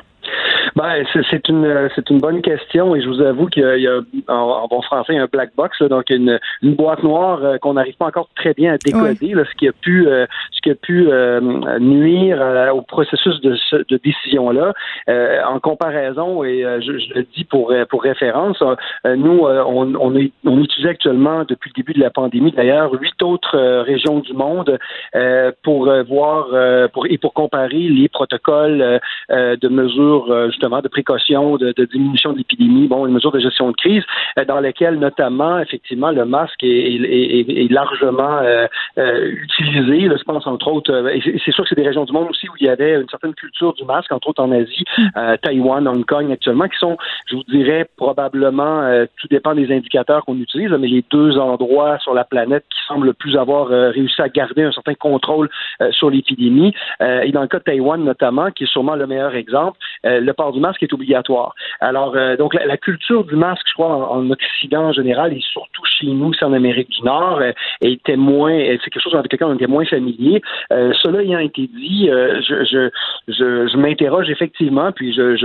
Ben, c'est une bonne question, et je vous avoue qu'il y a en bon français un black box, là, donc une boîte noire qu'on n'arrive pas encore très bien à décoder, là, ce qui a pu nuire au processus de décision là. En comparaison, et je le dis pour référence, nous on utilise actuellement depuis le début de la pandémie d'ailleurs 8 autres régions du monde pour voir pour comparer les protocoles de mesures justement de précaution, de diminution de l'épidémie, bon, une mesure de gestion de crise, dans lesquelles notamment, effectivement, le masque est largement utilisé. Là, je pense entre autres, et c'est sûr que c'est des régions du monde aussi où il y avait une certaine culture du masque, entre autres en Asie, Taïwan, Hong Kong actuellement, qui sont, je vous dirais, probablement, tout dépend des indicateurs qu'on utilise, mais les 2 endroits sur la planète qui semblent le plus avoir réussi à garder un certain contrôle sur l'épidémie. Et dans le cas de Taïwan notamment, qui est sûrement le meilleur exemple, le port du masque est obligatoire. Alors, donc, la culture du masque, je crois, en Occident en général, et surtout chez nous, c'est en Amérique du Nord, c'est quelque chose avec lequel on était moins familier. Cela ayant été dit, je m'interroge effectivement, puis je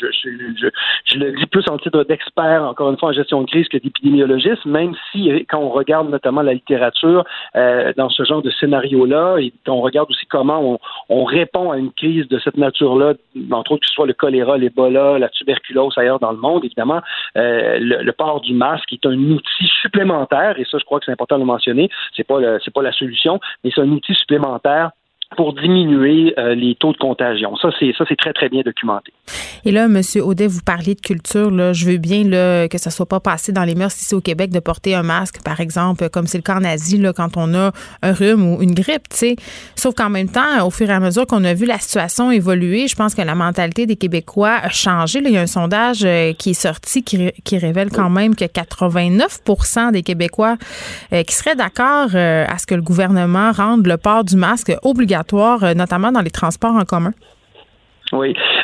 le dis plus en titre d'expert, encore une fois, en gestion de crise que d'épidémiologiste, même si, quand on regarde notamment la littérature dans ce genre de scénario-là, et on regarde aussi comment on répond à une crise de cette nature-là, entre autres que ce soit le choléra, l'Ebola, la tuberculose ailleurs dans le monde, évidemment, le port du masque est un outil supplémentaire, et ça, je crois que c'est important de le mentionner. C'est pas la solution, mais c'est un outil supplémentaire pour diminuer les taux de contagion. Ça, c'est très, très bien documenté. Et là, M. Audet, vous parliez de culture. Là, je veux bien là, que ça ne soit pas passé dans les mœurs ici au Québec de porter un masque, par exemple, comme c'est le cas en Asie, là, quand on a un rhume ou une grippe. T'sais. Sauf qu'en même temps, au fur et à mesure qu'on a vu la situation évoluer, je pense que la mentalité des Québécois a changé. Là, il y a un sondage qui est sorti qui révèle quand même que 89% des Québécois qui seraient d'accord à ce que le gouvernement rende le port du masque obligatoire, notamment dans les transports en commun. Oui.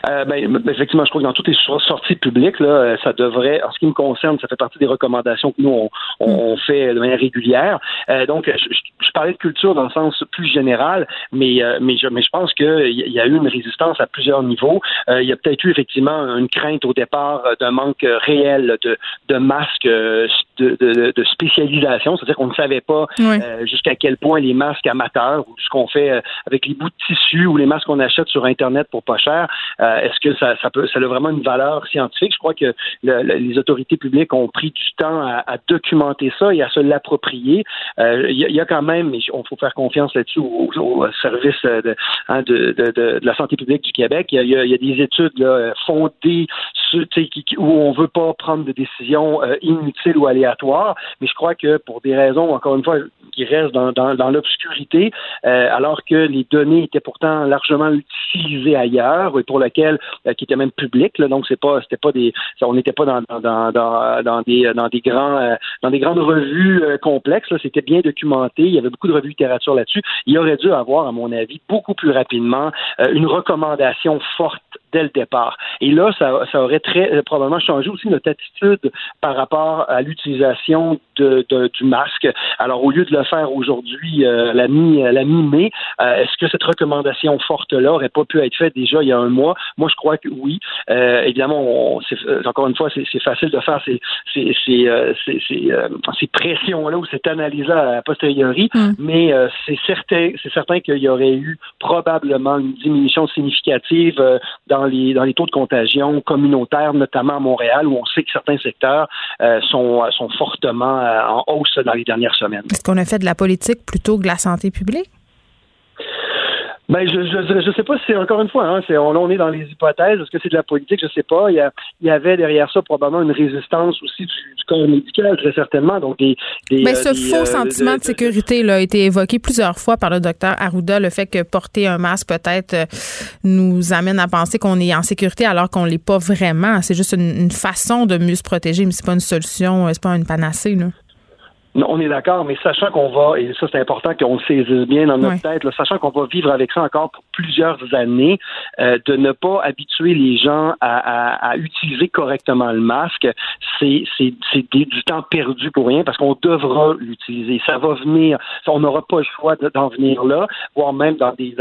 Effectivement, je crois que dans toutes les sorties publiques, là, ça devrait, en ce qui me concerne, ça fait partie des recommandations que nous, on fait de manière régulière. Donc, je parlais de culture dans le sens plus général, mais je pense qu'il y a eu une résistance à plusieurs niveaux. Il y a peut-être eu effectivement une crainte au départ d'un manque réel de masques de spécialisation, c'est-à-dire qu'on ne savait pas jusqu'à quel point les masques amateurs ou ce qu'on fait avec les bouts de tissu ou les masques qu'on achète sur Internet pour pas cher, est-ce que ça a vraiment une valeur scientifique? Je crois que les autorités publiques ont pris du temps à documenter ça et à se l'approprier. Il y a quand même, mais on faut faire confiance là-dessus au service de la santé publique du Québec. Il y a des études là, fondées où on veut pas prendre de décisions inutiles ou aléatoires, mais je crois que pour des raisons, encore une fois, qui restent dans l'obscurité, alors que les données étaient pourtant largement utilisées ailleurs et pour lesquelles qui étaient même publiques, là, donc on n'était pas dans des grandes revues complexes, là, c'était bien documenté, il y avait beaucoup de revues de littérature là-dessus. Il aurait dû avoir, à mon avis, beaucoup plus rapidement une recommandation forte dès le départ. Et là, ça aurait très probablement changé aussi notre attitude par rapport à l'utilisation du masque. Alors, au lieu de le faire aujourd'hui, la mi-mai, est-ce que cette recommandation forte-là aurait pas pu être faite déjà il y a un mois? Moi, je crois que oui. Évidemment, encore une fois, c'est facile de faire ces pressions-là ou cette analyse-là a posteriori, mais c'est certain qu'il y aurait eu probablement une diminution significative dans les taux de contagion communautaires, notamment à Montréal, où on sait que certains secteurs sont fortement en hausse dans les dernières semaines. Est-ce qu'on a fait de la politique plutôt que de la santé publique? Je sais pas si c'est, encore une fois, on est dans les hypothèses. Est-ce que c'est de la politique? Je sais pas. Il y avait derrière ça probablement une résistance aussi du corps médical, très certainement. Donc ce faux sentiment de sécurité là, a été évoqué plusieurs fois par le docteur Arruda, le fait que porter un masque peut-être nous amène à penser qu'on est en sécurité alors qu'on l'est pas vraiment. C'est juste une façon de mieux se protéger, mais c'est pas une solution, c'est pas une panacée, là. Non, on est d'accord, mais sachant qu'on va, et ça c'est important qu'on le saisisse bien dans notre tête, là, sachant qu'on va vivre avec ça encore pour plusieurs années, de ne pas habituer les gens à utiliser correctement le masque, c'est du temps perdu pour rien parce qu'on devra l'utiliser. Ça va venir, on n'aura pas le choix d'en venir là, voire même dans des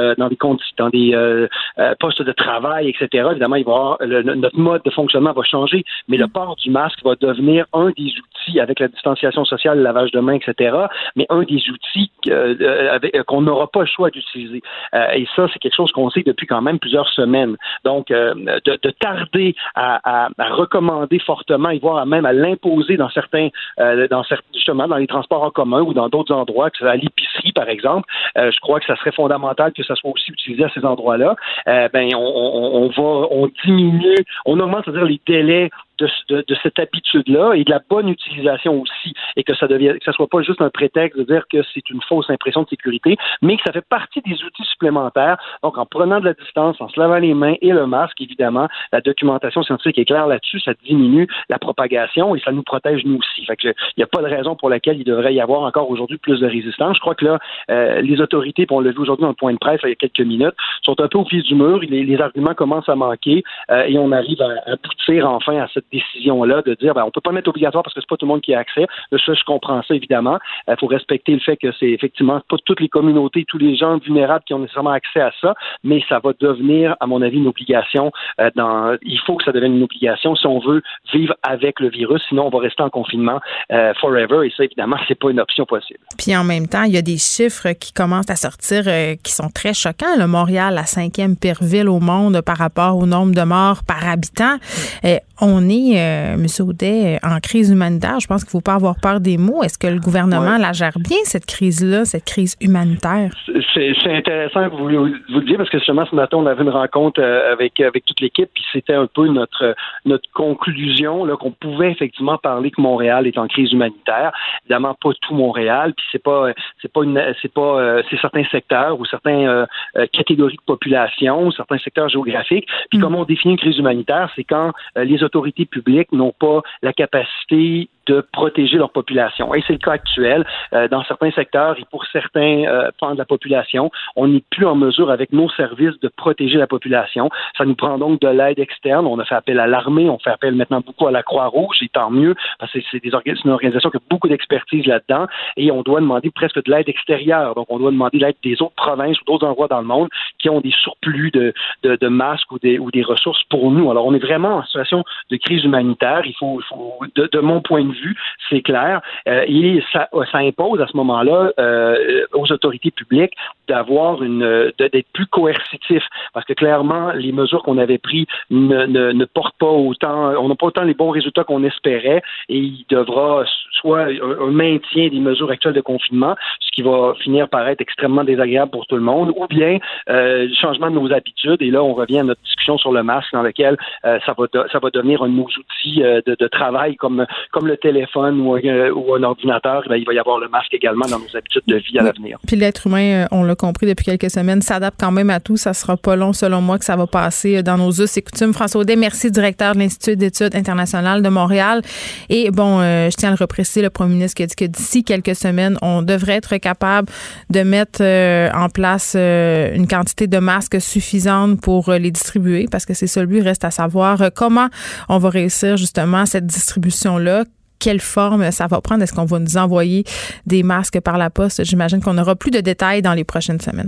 postes de travail, etc. Évidemment, il va y avoir notre mode de fonctionnement va changer, mais le port du masque va devenir un des outils avec la distanciation sociale, le lavage de mains, etc., mais un des outils qu'on n'aura pas le choix d'utiliser. Et ça, c'est quelque chose qu'on sait depuis quand même plusieurs semaines. Donc, de tarder à recommander fortement et voire même à l'imposer justement dans les transports en commun ou dans d'autres endroits, que ce soit à l'épicerie, par exemple, je crois que ça serait fondamental que ça soit aussi utilisé à ces endroits-là. On diminue, on augmente, c'est-à-dire les délais de cette habitude-là et de la bonne utilisation aussi, et que ça soit pas juste un prétexte de dire que c'est une fausse impression de sécurité, mais que ça fait partie des outils supplémentaires. Donc, en prenant de la distance, en se lavant les mains et le masque, évidemment, la documentation scientifique est claire là-dessus, ça diminue la propagation et ça nous protège nous aussi. Fait que il n'y a pas de raison pour laquelle il devrait y avoir encore aujourd'hui plus de résistance. Je crois que là, les autorités, puis on l'a vu aujourd'hui dans le point de presse, là, il y a quelques minutes, sont un peu au pied du mur, les arguments commencent à manquer et on arrive à aboutir enfin à cette décision-là de dire, on peut pas mettre obligatoire parce que c'est pas tout le monde qui a accès. Ça, je comprends ça, évidemment. Il faut respecter le fait que c'est effectivement pas toutes les communautés, tous les gens vulnérables qui ont nécessairement accès à ça, mais ça va devenir, à mon avis, une obligation. Il faut que ça devienne une obligation si on veut vivre avec le virus, sinon on va rester en confinement forever, et ça, évidemment, c'est pas une option possible. Puis en même temps, il y a des chiffres qui commencent à sortir qui sont très choquants. Le Montréal, la 5e pire ville au monde par rapport au nombre de morts par habitant. On est, M. Audet, en crise humanitaire. Je pense qu'il ne faut pas avoir peur des mots. Est-ce que le gouvernement la gère bien, cette crise-là, cette crise humanitaire? C'est intéressant que vous le disiez, parce que justement, ce matin, on avait une rencontre avec toute l'équipe, puis c'était un peu notre conclusion, là, qu'on pouvait effectivement parler que Montréal est en crise humanitaire. Évidemment, pas tout Montréal, puis c'est certains secteurs ou certaines catégories de population, certains secteurs géographiques. Puis comment on définit une crise humanitaire, c'est quand les autorités publiques n'ont pas la capacité de protéger leur population. Et c'est le cas actuel. Dans certains secteurs et pour certains pans de la population, on n'est plus en mesure avec nos services de protéger la population. Ça nous prend donc de l'aide externe. On a fait appel à l'armée, on fait appel maintenant beaucoup à la Croix-Rouge, et tant mieux, parce que c'est une organisation qui a beaucoup d'expertise là-dedans, et on doit demander presque de l'aide extérieure. Donc, on doit demander l'aide des autres provinces ou d'autres endroits dans le monde qui ont des surplus de masques ou des ressources pour nous. Alors, on est vraiment en situation de crise humanitaire. Il faut de mon point de vue, c'est clair, et ça impose à ce moment-là aux autorités publiques d'être plus coercitifs, parce que clairement, les mesures qu'on avait prises ne portent pas autant, on n'a pas autant les bons résultats qu'on espérait, et il devra soit un maintien des mesures actuelles de confinement, ce qui va finir par être extrêmement désagréable pour tout le monde, ou bien le changement de nos habitudes, et là on revient à notre discussion sur le masque dans lequel ça va devenir un de nos outils de travail comme le téléphone ou un ordinateur. Il va y avoir le masque également dans nos habitudes de vie à l'avenir. Puis l'être humain, on l'a compris depuis quelques semaines, s'adapte quand même à tout. Ça sera pas long, selon moi, que ça va passer dans nos us et coutumes. François Audet, merci, directeur de l'Institut d'études internationales de Montréal. Et bon, je tiens à le repréciser, le premier ministre qui a dit que d'ici quelques semaines, on devrait être capable de mettre en place une quantité de masques suffisante pour les distribuer, parce que c'est ça le but. Reste à savoir comment on va réussir justement cette distribution-là. Quelle forme ça va prendre? Est-ce qu'on va nous envoyer des masques par la poste? J'imagine qu'on aura plus de détails dans les prochaines semaines.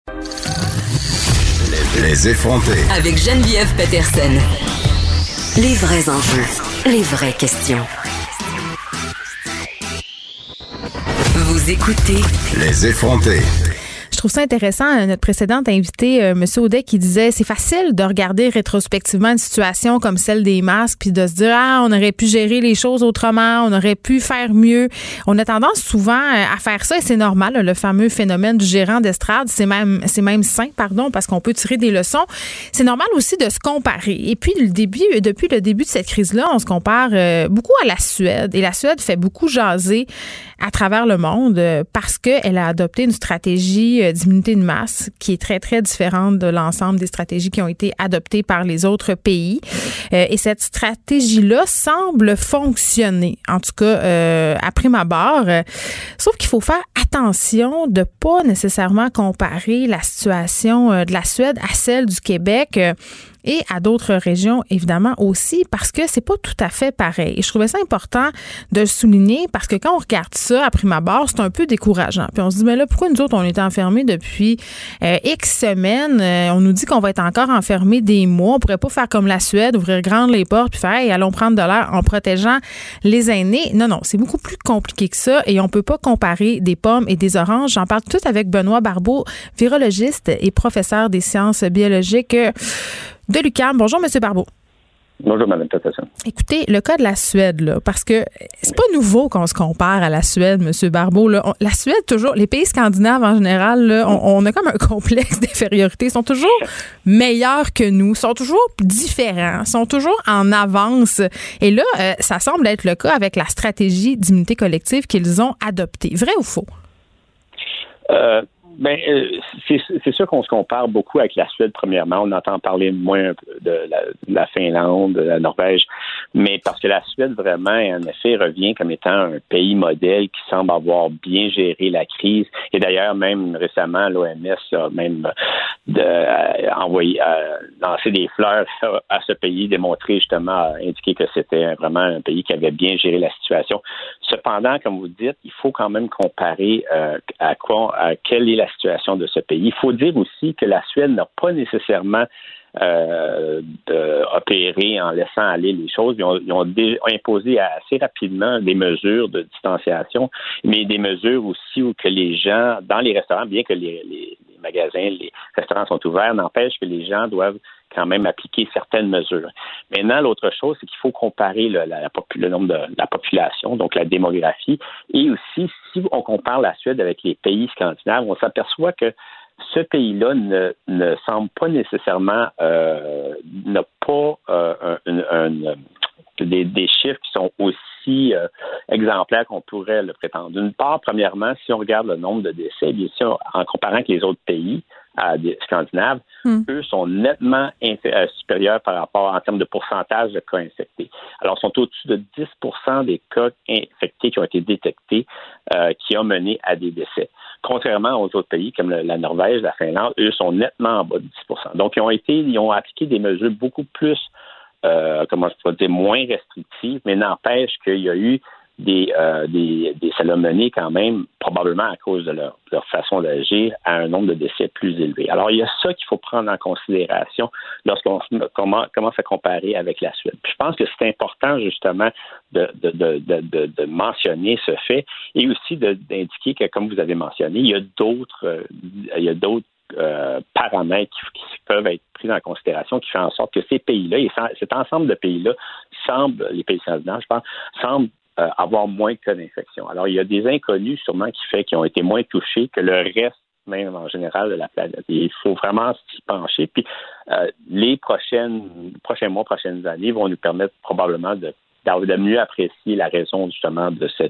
Les effrontés. Avec Geneviève Peterson. Les vrais enjeux, les vraies questions. Vous écoutez Les effrontés. Je trouve ça intéressant, notre précédente invitée, M. Audet, qui disait c'est facile de regarder rétrospectivement une situation comme celle des masques puis de se dire on aurait pu gérer les choses autrement, on aurait pu faire mieux. On a tendance souvent à faire ça et c'est normal, le fameux phénomène du gérant d'estrade, c'est même sain, parce qu'on peut tirer des leçons. C'est normal aussi de se comparer. Et puis depuis le début de cette crise-là, on se compare beaucoup à la Suède, et la Suède fait beaucoup jaser à travers le monde parce qu'elle a adopté une stratégie d'immunité de masse qui est très, très différente de l'ensemble des stratégies qui ont été adoptées par les autres pays. Et cette stratégie-là semble fonctionner, en tout cas à prime abord. Sauf qu'il faut faire attention de pas nécessairement comparer la situation de la Suède à celle du Québec. Et à d'autres régions, évidemment, aussi, parce que c'est pas tout à fait pareil. Et je trouvais ça important de le souligner parce que quand on regarde ça, à prime abord, c'est un peu décourageant. Puis on se dit, mais là, pourquoi nous autres, on est enfermés depuis X semaines? On nous dit qu'on va être encore enfermés des mois. On pourrait pas faire comme la Suède, ouvrir grandes les portes, puis faire, hey, allons prendre de l'air en protégeant les aînés. Non, c'est beaucoup plus compliqué que ça et on peut pas comparer des pommes et des oranges. J'en parle tout avec Benoît Barbeau, virologiste et professeur des sciences biologiques de l'UQAM. Bonjour, M. Barbeau. Bonjour, Mme Peterson. Écoutez, le cas de la Suède, là, parce que c'est pas nouveau qu'on se compare à la Suède, M. Barbeau. Là. La Suède, toujours, les pays scandinaves en général, là, on a comme un complexe d'infériorité. Ils sont toujours meilleurs que nous, sont toujours différents, sont toujours en avance. Et là, ça semble être le cas avec la stratégie d'immunité collective qu'ils ont adoptée. Vrai ou faux? C'est sûr qu'on se compare beaucoup avec la Suède, premièrement. On entend parler moins de la Finlande, de la Norvège, mais parce que la Suède, vraiment, en effet, revient comme étant un pays modèle qui semble avoir bien géré la crise. Et d'ailleurs, même récemment, l'OMS a même lancé des fleurs à ce pays, démontré justement, indiqué que c'était vraiment un pays qui avait bien géré la situation. Cependant, comme vous dites, il faut quand même comparer à quelle est la situation de ce pays. Il faut dire aussi que la Suède n'a pas nécessairement opéré en laissant aller les choses. Ils ont imposé assez rapidement des mesures de distanciation, mais des mesures aussi où que les gens, dans les restaurants, bien que les magasins, les restaurants sont ouverts, n'empêche que les gens doivent quand même appliquer certaines mesures. Maintenant, l'autre chose, c'est qu'il faut comparer le nombre de la population, donc la démographie, et aussi, si on compare la Suède avec les pays scandinaves, on s'aperçoit que ce pays-là ne semble pas nécessairement n'a pas des chiffres qui sont aussi exemplaires qu'on pourrait le prétendre. D'une part, premièrement, si on regarde le nombre de décès, bien sûr, en comparant avec les autres pays, des Scandinaves, eux sont nettement supérieurs par rapport en termes de pourcentage de cas infectés. Alors, ils sont au-dessus de 10% des cas infectés qui ont été détectés qui ont mené à des décès. Contrairement aux autres pays comme la Norvège, la Finlande, eux sont nettement en bas de 10%. Donc, ils ont appliqué des mesures beaucoup plus, moins restrictives, mais n'empêche qu'il y a eu ça l'a mené quand même, probablement à cause de leur façon d'agir, à un nombre de décès plus élevé. Alors, il y a ça qu'il faut prendre en considération lorsqu'on commence à comparer avec la Suède. Puis je pense que c'est important, justement, de mentionner ce fait et aussi d'indiquer que, comme vous avez mentionné, il y a d'autres paramètres qui peuvent être pris en considération qui font en sorte que ces pays-là, et cet ensemble de pays-là, les pays scandinaves, je pense, semblent avoir moins de cas d'infection. Alors, il y a des inconnus sûrement qui ont été moins touchés que le reste même en général de la planète. Et il faut vraiment s'y pencher. Puis les prochains mois, prochaines années vont nous permettre probablement de mieux apprécier la raison justement de cette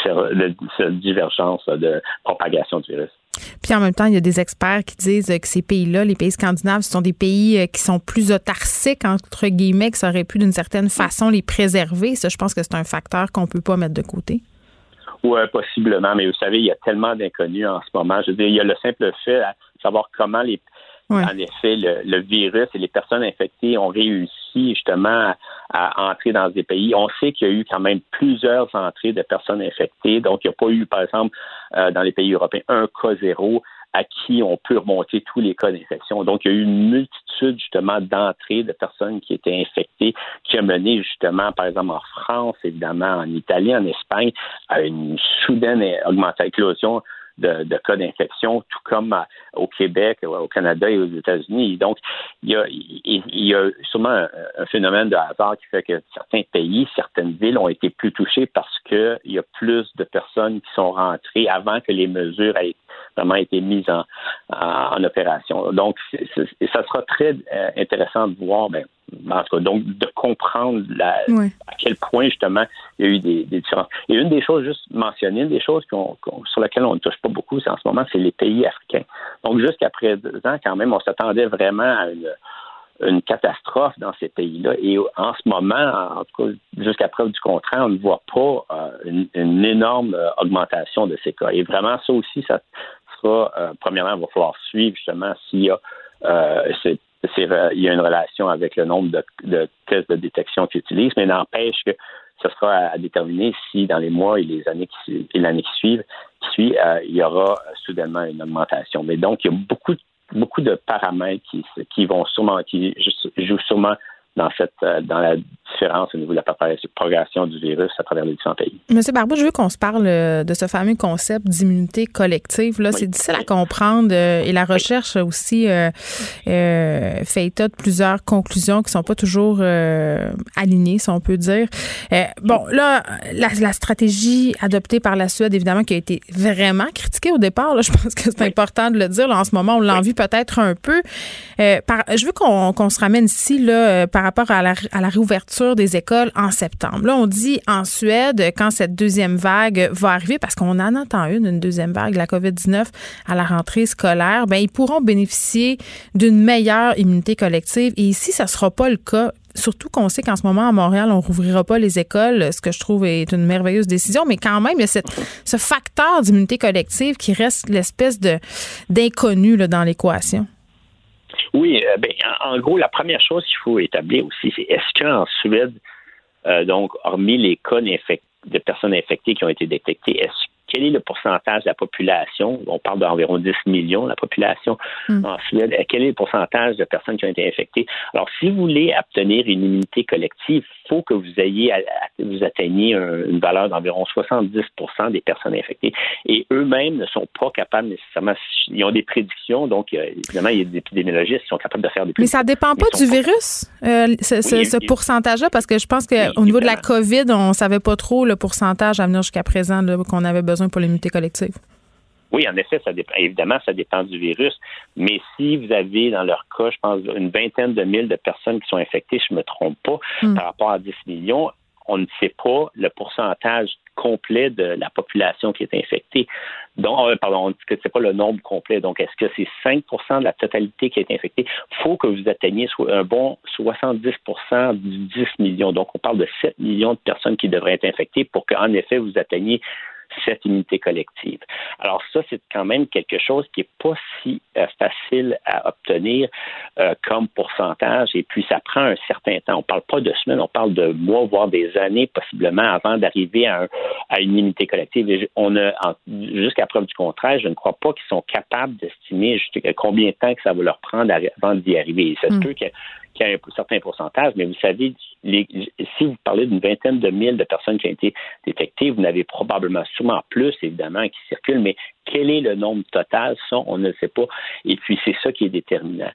divergence de propagation du virus. Puis en même temps, il y a des experts qui disent que ces pays-là, les pays scandinaves, ce sont des pays qui sont plus autarciques, entre guillemets, que ça aurait pu d'une certaine façon les préserver. Ça, je pense que c'est un facteur qu'on ne peut pas mettre de côté. Oui, possiblement. Mais vous savez, il y a tellement d'inconnus en ce moment. Je veux dire, il y a le simple fait à savoir comment en effet, le virus et les personnes infectées ont réussi justement à entrer dans des pays. On sait qu'il y a eu quand même plusieurs entrées de personnes infectées. Donc, il n'y a pas eu, par exemple, dans les pays européens, un cas zéro à qui on peut remonter tous les cas d'infection. Donc, il y a eu une multitude, justement, d'entrées de personnes qui étaient infectées, qui a mené, justement, par exemple, en France, évidemment, en Italie, en Espagne, à une soudaine éclosion de cas d'infection, tout comme au Québec, au Canada et aux États-Unis. Donc, il y a sûrement un phénomène de hasard qui fait que certains pays, certaines villes ont été plus touchées parce qu'il y a plus de personnes qui sont rentrées avant que les mesures aient vraiment été mises en opération. Donc, ça sera très intéressant de voir, en tout cas, donc de comprendre à quel point, justement, il y a eu des différences. Et une des choses, juste mentionner, une des choses sur lesquelles on ne touche pas beaucoup, c'est en ce moment, c'est les pays africains. Donc, jusqu'à présent, quand même, on s'attendait vraiment à une catastrophe dans ces pays-là. Et en ce moment, en tout cas, jusqu'à preuve du contraire, on ne voit pas une énorme augmentation de ces cas. Et vraiment, ça aussi, ça sera, premièrement, il va falloir suivre, justement, s'il y a il y a une relation avec le nombre de tests de détection qu'ils utilisent, mais n'empêche que ce sera à déterminer si dans les mois et l'année qui suit, il y aura soudainement une augmentation. Mais donc, il y a beaucoup de paramètres qui jouent sûrement dans la différence au niveau de la propagation du virus à travers les différents pays. Monsieur Barbeau, je veux qu'on se parle de ce fameux concept d'immunité collective. Là, c'est difficile à comprendre et la recherche aussi fait état de plusieurs conclusions qui sont pas toujours alignées, si on peut dire. La stratégie adoptée par la Suède, évidemment, qui a été vraiment critiquée au départ. Là, je pense que c'est important de le dire. Là, en ce moment, on l'envie peut-être un peu. Je veux qu'on se ramène ici là par rapport à la réouverture des écoles en septembre. Là, on dit en Suède, quand cette deuxième vague va arriver, parce qu'on en entend une deuxième vague, la COVID-19, à la rentrée scolaire, ils pourront bénéficier d'une meilleure immunité collective. Et ici, ça ne sera pas le cas. Surtout qu'on sait qu'en ce moment, à Montréal, on ne rouvrira pas les écoles, ce que je trouve est une merveilleuse décision. Mais quand même, il y a ce facteur d'immunité collective qui reste l'espèce d'inconnu là, dans l'équation. Oui, en gros, la première chose qu'il faut établir aussi, c'est est-ce qu'en Suède, donc, hormis les cas de personnes infectées qui ont été détectées, quel est le pourcentage de la population? On parle d'environ 10 millions, la population en Suède. Quel est le pourcentage de personnes qui ont été infectées? Alors, si vous voulez obtenir une immunité collective, il faut que vous atteigniez une valeur d'environ 70% des personnes infectées. Et eux-mêmes ne sont pas capables nécessairement. Ils ont des prédictions, donc évidemment, il y a des épidémiologistes qui sont capables de faire des prédictions. Mais ça ne dépend pas du virus, ce pourcentage-là, parce que je pense qu'au niveau de la COVID, on ne savait pas trop le pourcentage à venir jusqu'à présent là, qu'on avait besoin pour l'immunité collective. Oui, en effet, évidemment, ça dépend du virus. Mais si vous avez, dans leur cas, je pense, une vingtaine de mille de personnes qui sont infectées, je ne me trompe pas, par rapport à 10 millions, on ne sait pas le pourcentage complet de la population qui est infectée. Donc, on dit que c'est pas le nombre complet. Donc, est-ce que c'est 5% de la totalité qui a été infectée? Il faut que vous atteigniez un bon 70% du 10 millions. Donc, on parle de 7 millions de personnes qui devraient être infectées pour qu'en effet, vous atteigniez cette immunité collective. Alors ça, c'est quand même quelque chose qui n'est pas si facile à obtenir comme pourcentage, et puis ça prend un certain temps. On ne parle pas de semaines, on parle de mois, voire des années possiblement avant d'arriver à une immunité collective. Et jusqu'à preuve du contraire, je ne crois pas qu'ils sont capables d'estimer combien de temps que ça va leur prendre avant d'y arriver. Et ça se peut qu'il y a un certain pourcentage, mais vous savez, si vous parlez d'une vingtaine de mille de personnes qui ont été détectées, vous n'avez probablement sûrement plus, évidemment, qui circulent, mais quel est le nombre total? Ça, on ne le sait pas. Et puis, c'est ça qui est déterminant.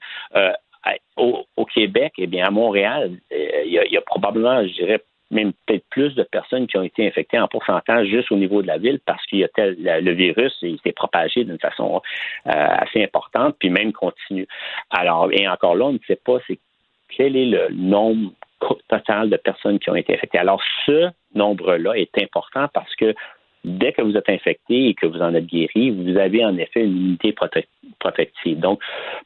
Au Québec, eh bien, à Montréal, il y a probablement, je dirais, même peut-être plus de personnes qui ont été infectées en pourcentage juste au niveau de la ville parce qu'il y a le virus s'est propagé d'une façon assez importante, puis même continue. Alors, et encore là, on ne sait pas quel est le nombre total de personnes qui ont été infectées. Alors, ce nombre-là est important parce que dès que vous êtes infecté et que vous en êtes guéri, vous avez en effet une immunité protectrice. Donc,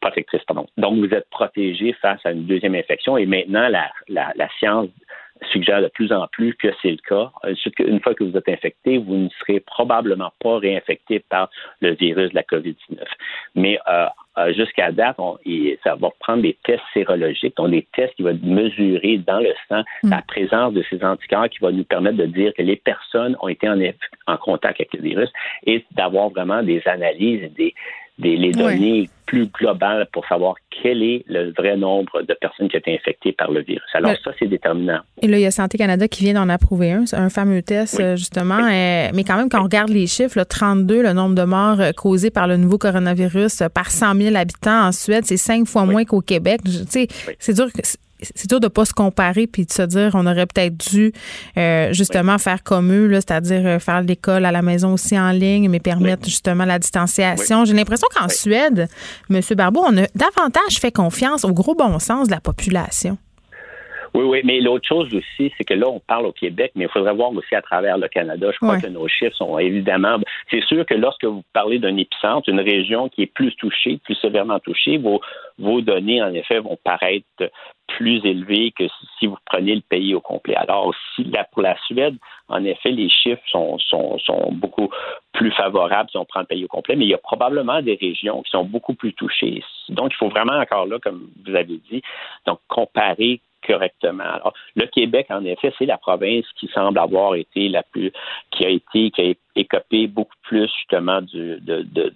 vous êtes protégé face à une deuxième infection et maintenant, la science suggère de plus en plus que c'est le cas. Une fois que vous êtes infecté, vous ne serez probablement pas réinfecté par le virus de la COVID-19. Mais jusqu'à date, ça va prendre des tests sérologiques, donc des tests qui vont mesurer dans le sang la présence de ces anticorps qui va nous permettre de dire que les personnes ont été en contact avec le virus et d'avoir vraiment des analyses et les données plus globales pour savoir quel est le vrai nombre de personnes qui ont été infectées par le virus. Alors ça, c'est déterminant. Et là, il y a Santé Canada qui vient d'en approuver un fameux test, justement. Mais quand même, quand on regarde les chiffres, 32, le nombre de morts causés par le nouveau coronavirus par 100 000 habitants en Suède, c'est 5 fois moins qu'au Québec. Tu sais, c'est dur de ne pas se comparer puis de se dire on aurait peut-être dû justement faire comme eux, là, c'est-à-dire faire l'école à la maison aussi en ligne, mais permettre justement la distanciation. J'ai l'impression qu'en Suède, M. Barbeau, on a davantage fait confiance au gros bon sens de la population. Oui, mais l'autre chose aussi, c'est que là, on parle au Québec, mais il faudrait voir aussi à travers le Canada. Je crois que nos chiffres sont évidemment... C'est sûr que lorsque vous parlez d'un épicentre, une région qui est plus touchée, plus sévèrement touchée, vos données, en effet, vont paraître plus élevées que si vous preniez le pays au complet. Alors, pour la Suède, en effet, les chiffres sont beaucoup plus favorables si on prend le pays au complet, mais il y a probablement des régions qui sont beaucoup plus touchées. Donc, il faut vraiment encore là, comme vous avez dit, donc comparer correctement. Alors, le Québec, en effet, c'est la province qui semble avoir été qui a écopé beaucoup plus justement de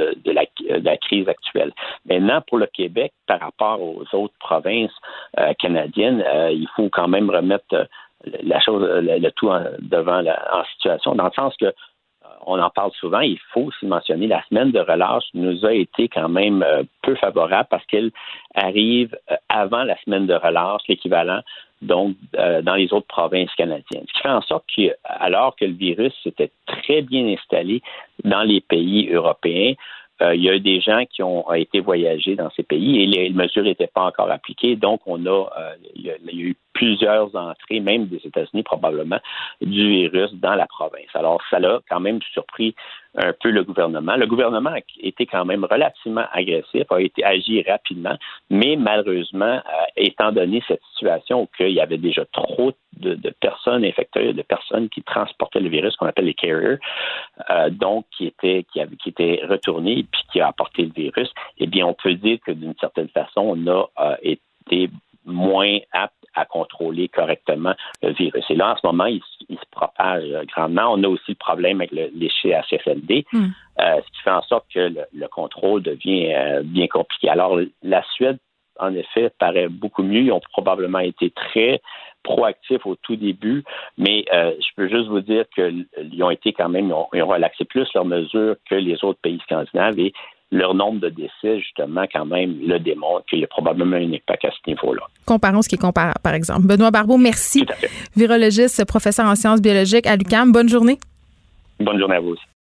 la crise actuelle. Maintenant, pour le Québec, par rapport aux autres provinces canadiennes, il faut quand même remettre le tout en situation, dans le sens que on en parle souvent, il faut aussi mentionner la semaine de relâche nous a été quand même peu favorable parce qu'elle arrive avant la semaine de relâche, l'équivalent, donc dans les autres provinces canadiennes. Ce qui fait en sorte alors que le virus s'était très bien installé dans les pays européens, il y a eu des gens qui ont été voyagés dans ces pays et les mesures n'étaient pas encore appliquées. Donc, il y a eu plusieurs entrées, même des États-Unis probablement, du virus dans la province. Alors, ça l'a quand même surpris un peu le gouvernement. Le gouvernement a été quand même relativement agressif, a agi rapidement, mais malheureusement, étant donné cette situation où il y avait déjà trop de personnes infectées, de personnes qui transportaient le virus, qu'on appelle les carriers, donc qui étaient retournés puis qui a apporté le virus, eh bien, on peut dire que d'une certaine façon, on a été moins apte à contrôler correctement le virus. Et là, en ce moment, il se propage grandement. On a aussi le problème avec les CHSLD, ce qui fait en sorte que le contrôle devient bien compliqué. Alors, la Suède, en effet, paraît beaucoup mieux. Ils ont probablement été très proactifs au tout début, mais je peux juste vous dire qu'ils ont été quand même, ils ont relaxé plus leurs mesures que les autres pays scandinaves et leur nombre de décès, justement, quand même, le démontre qu'il y a probablement un impact à ce niveau-là. Comparons ce qui est comparable, par exemple. Benoît Barbeau, merci. Tout à fait. Virologiste, professeur en sciences biologiques à l'UQAM. Bonne journée. Bonne journée à vous aussi.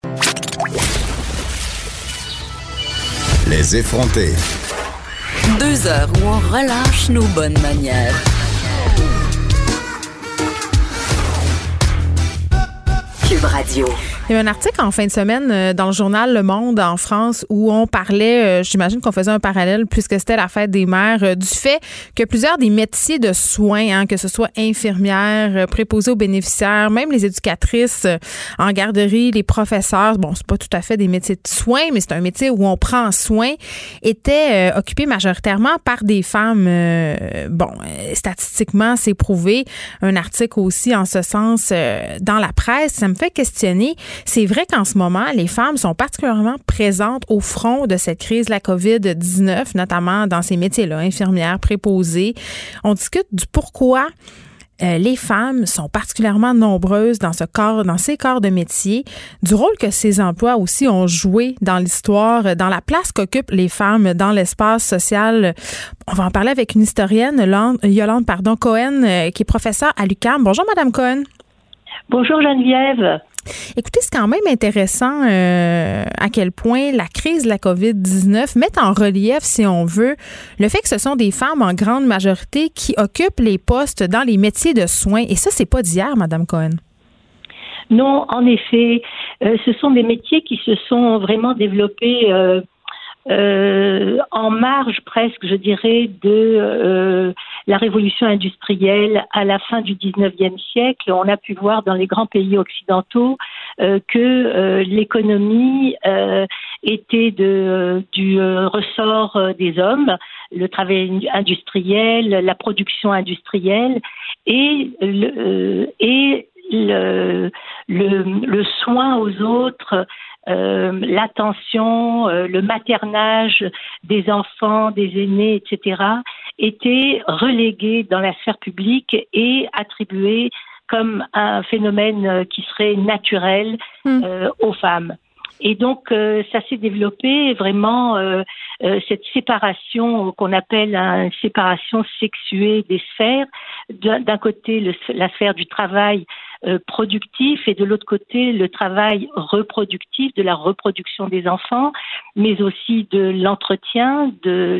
Les effrontés. 2 heures où on relâche nos bonnes manières. Cube Radio. Il y a un article en fin de semaine dans le journal Le Monde en France où on parlait, j'imagine qu'on faisait un parallèle puisque c'était la fête des mères, du fait que plusieurs des métiers de soins, que ce soit infirmières, préposées aux bénéficiaires, même les éducatrices en garderie, les professeurs, bon, c'est pas tout à fait des métiers de soins, mais c'est un métier où on prend soin, étaient occupés majoritairement par des femmes. Statistiquement, c'est prouvé. Un article aussi en ce sens dans la presse, ça me fait questionner. C'est vrai qu'en ce moment, les femmes sont particulièrement présentes au front de cette crise de la COVID-19, notamment dans ces métiers-là, infirmières, préposées. On discute du pourquoi les femmes sont particulièrement nombreuses dans ces corps de métier, du rôle que ces emplois aussi ont joué dans l'histoire, dans la place qu'occupent les femmes dans l'espace social. On va en parler avec une historienne, Yolande Cohen, qui est professeure à l'UQAM. Bonjour, Madame Cohen. Bonjour, Geneviève. Écoutez, c'est quand même intéressant à quel point la crise de la COVID-19 met en relief, si on veut, le fait que ce sont des femmes en grande majorité qui occupent les postes dans les métiers de soins. Et ça, c'est pas d'hier, Madame Cohen. Non, en effet, ce sont des métiers qui se sont vraiment développés en marge presque, je dirais, de la révolution industrielle à la fin du 19e siècle. On a pu voir dans les grands pays occidentaux que l'économie était du ressort des hommes, le travail industriel, la production industrielle et le soin aux autres, l'attention, le maternage des enfants, des aînés, etc., étaient relégués dans la sphère publique et attribués comme un phénomène qui serait naturel aux femmes. Et donc, ça s'est développé vraiment, cette séparation qu'on appelle une séparation sexuée des sphères. D'un côté, la sphère du travail productif et de l'autre côté, le travail reproductif, de la reproduction des enfants, mais aussi de l'entretien,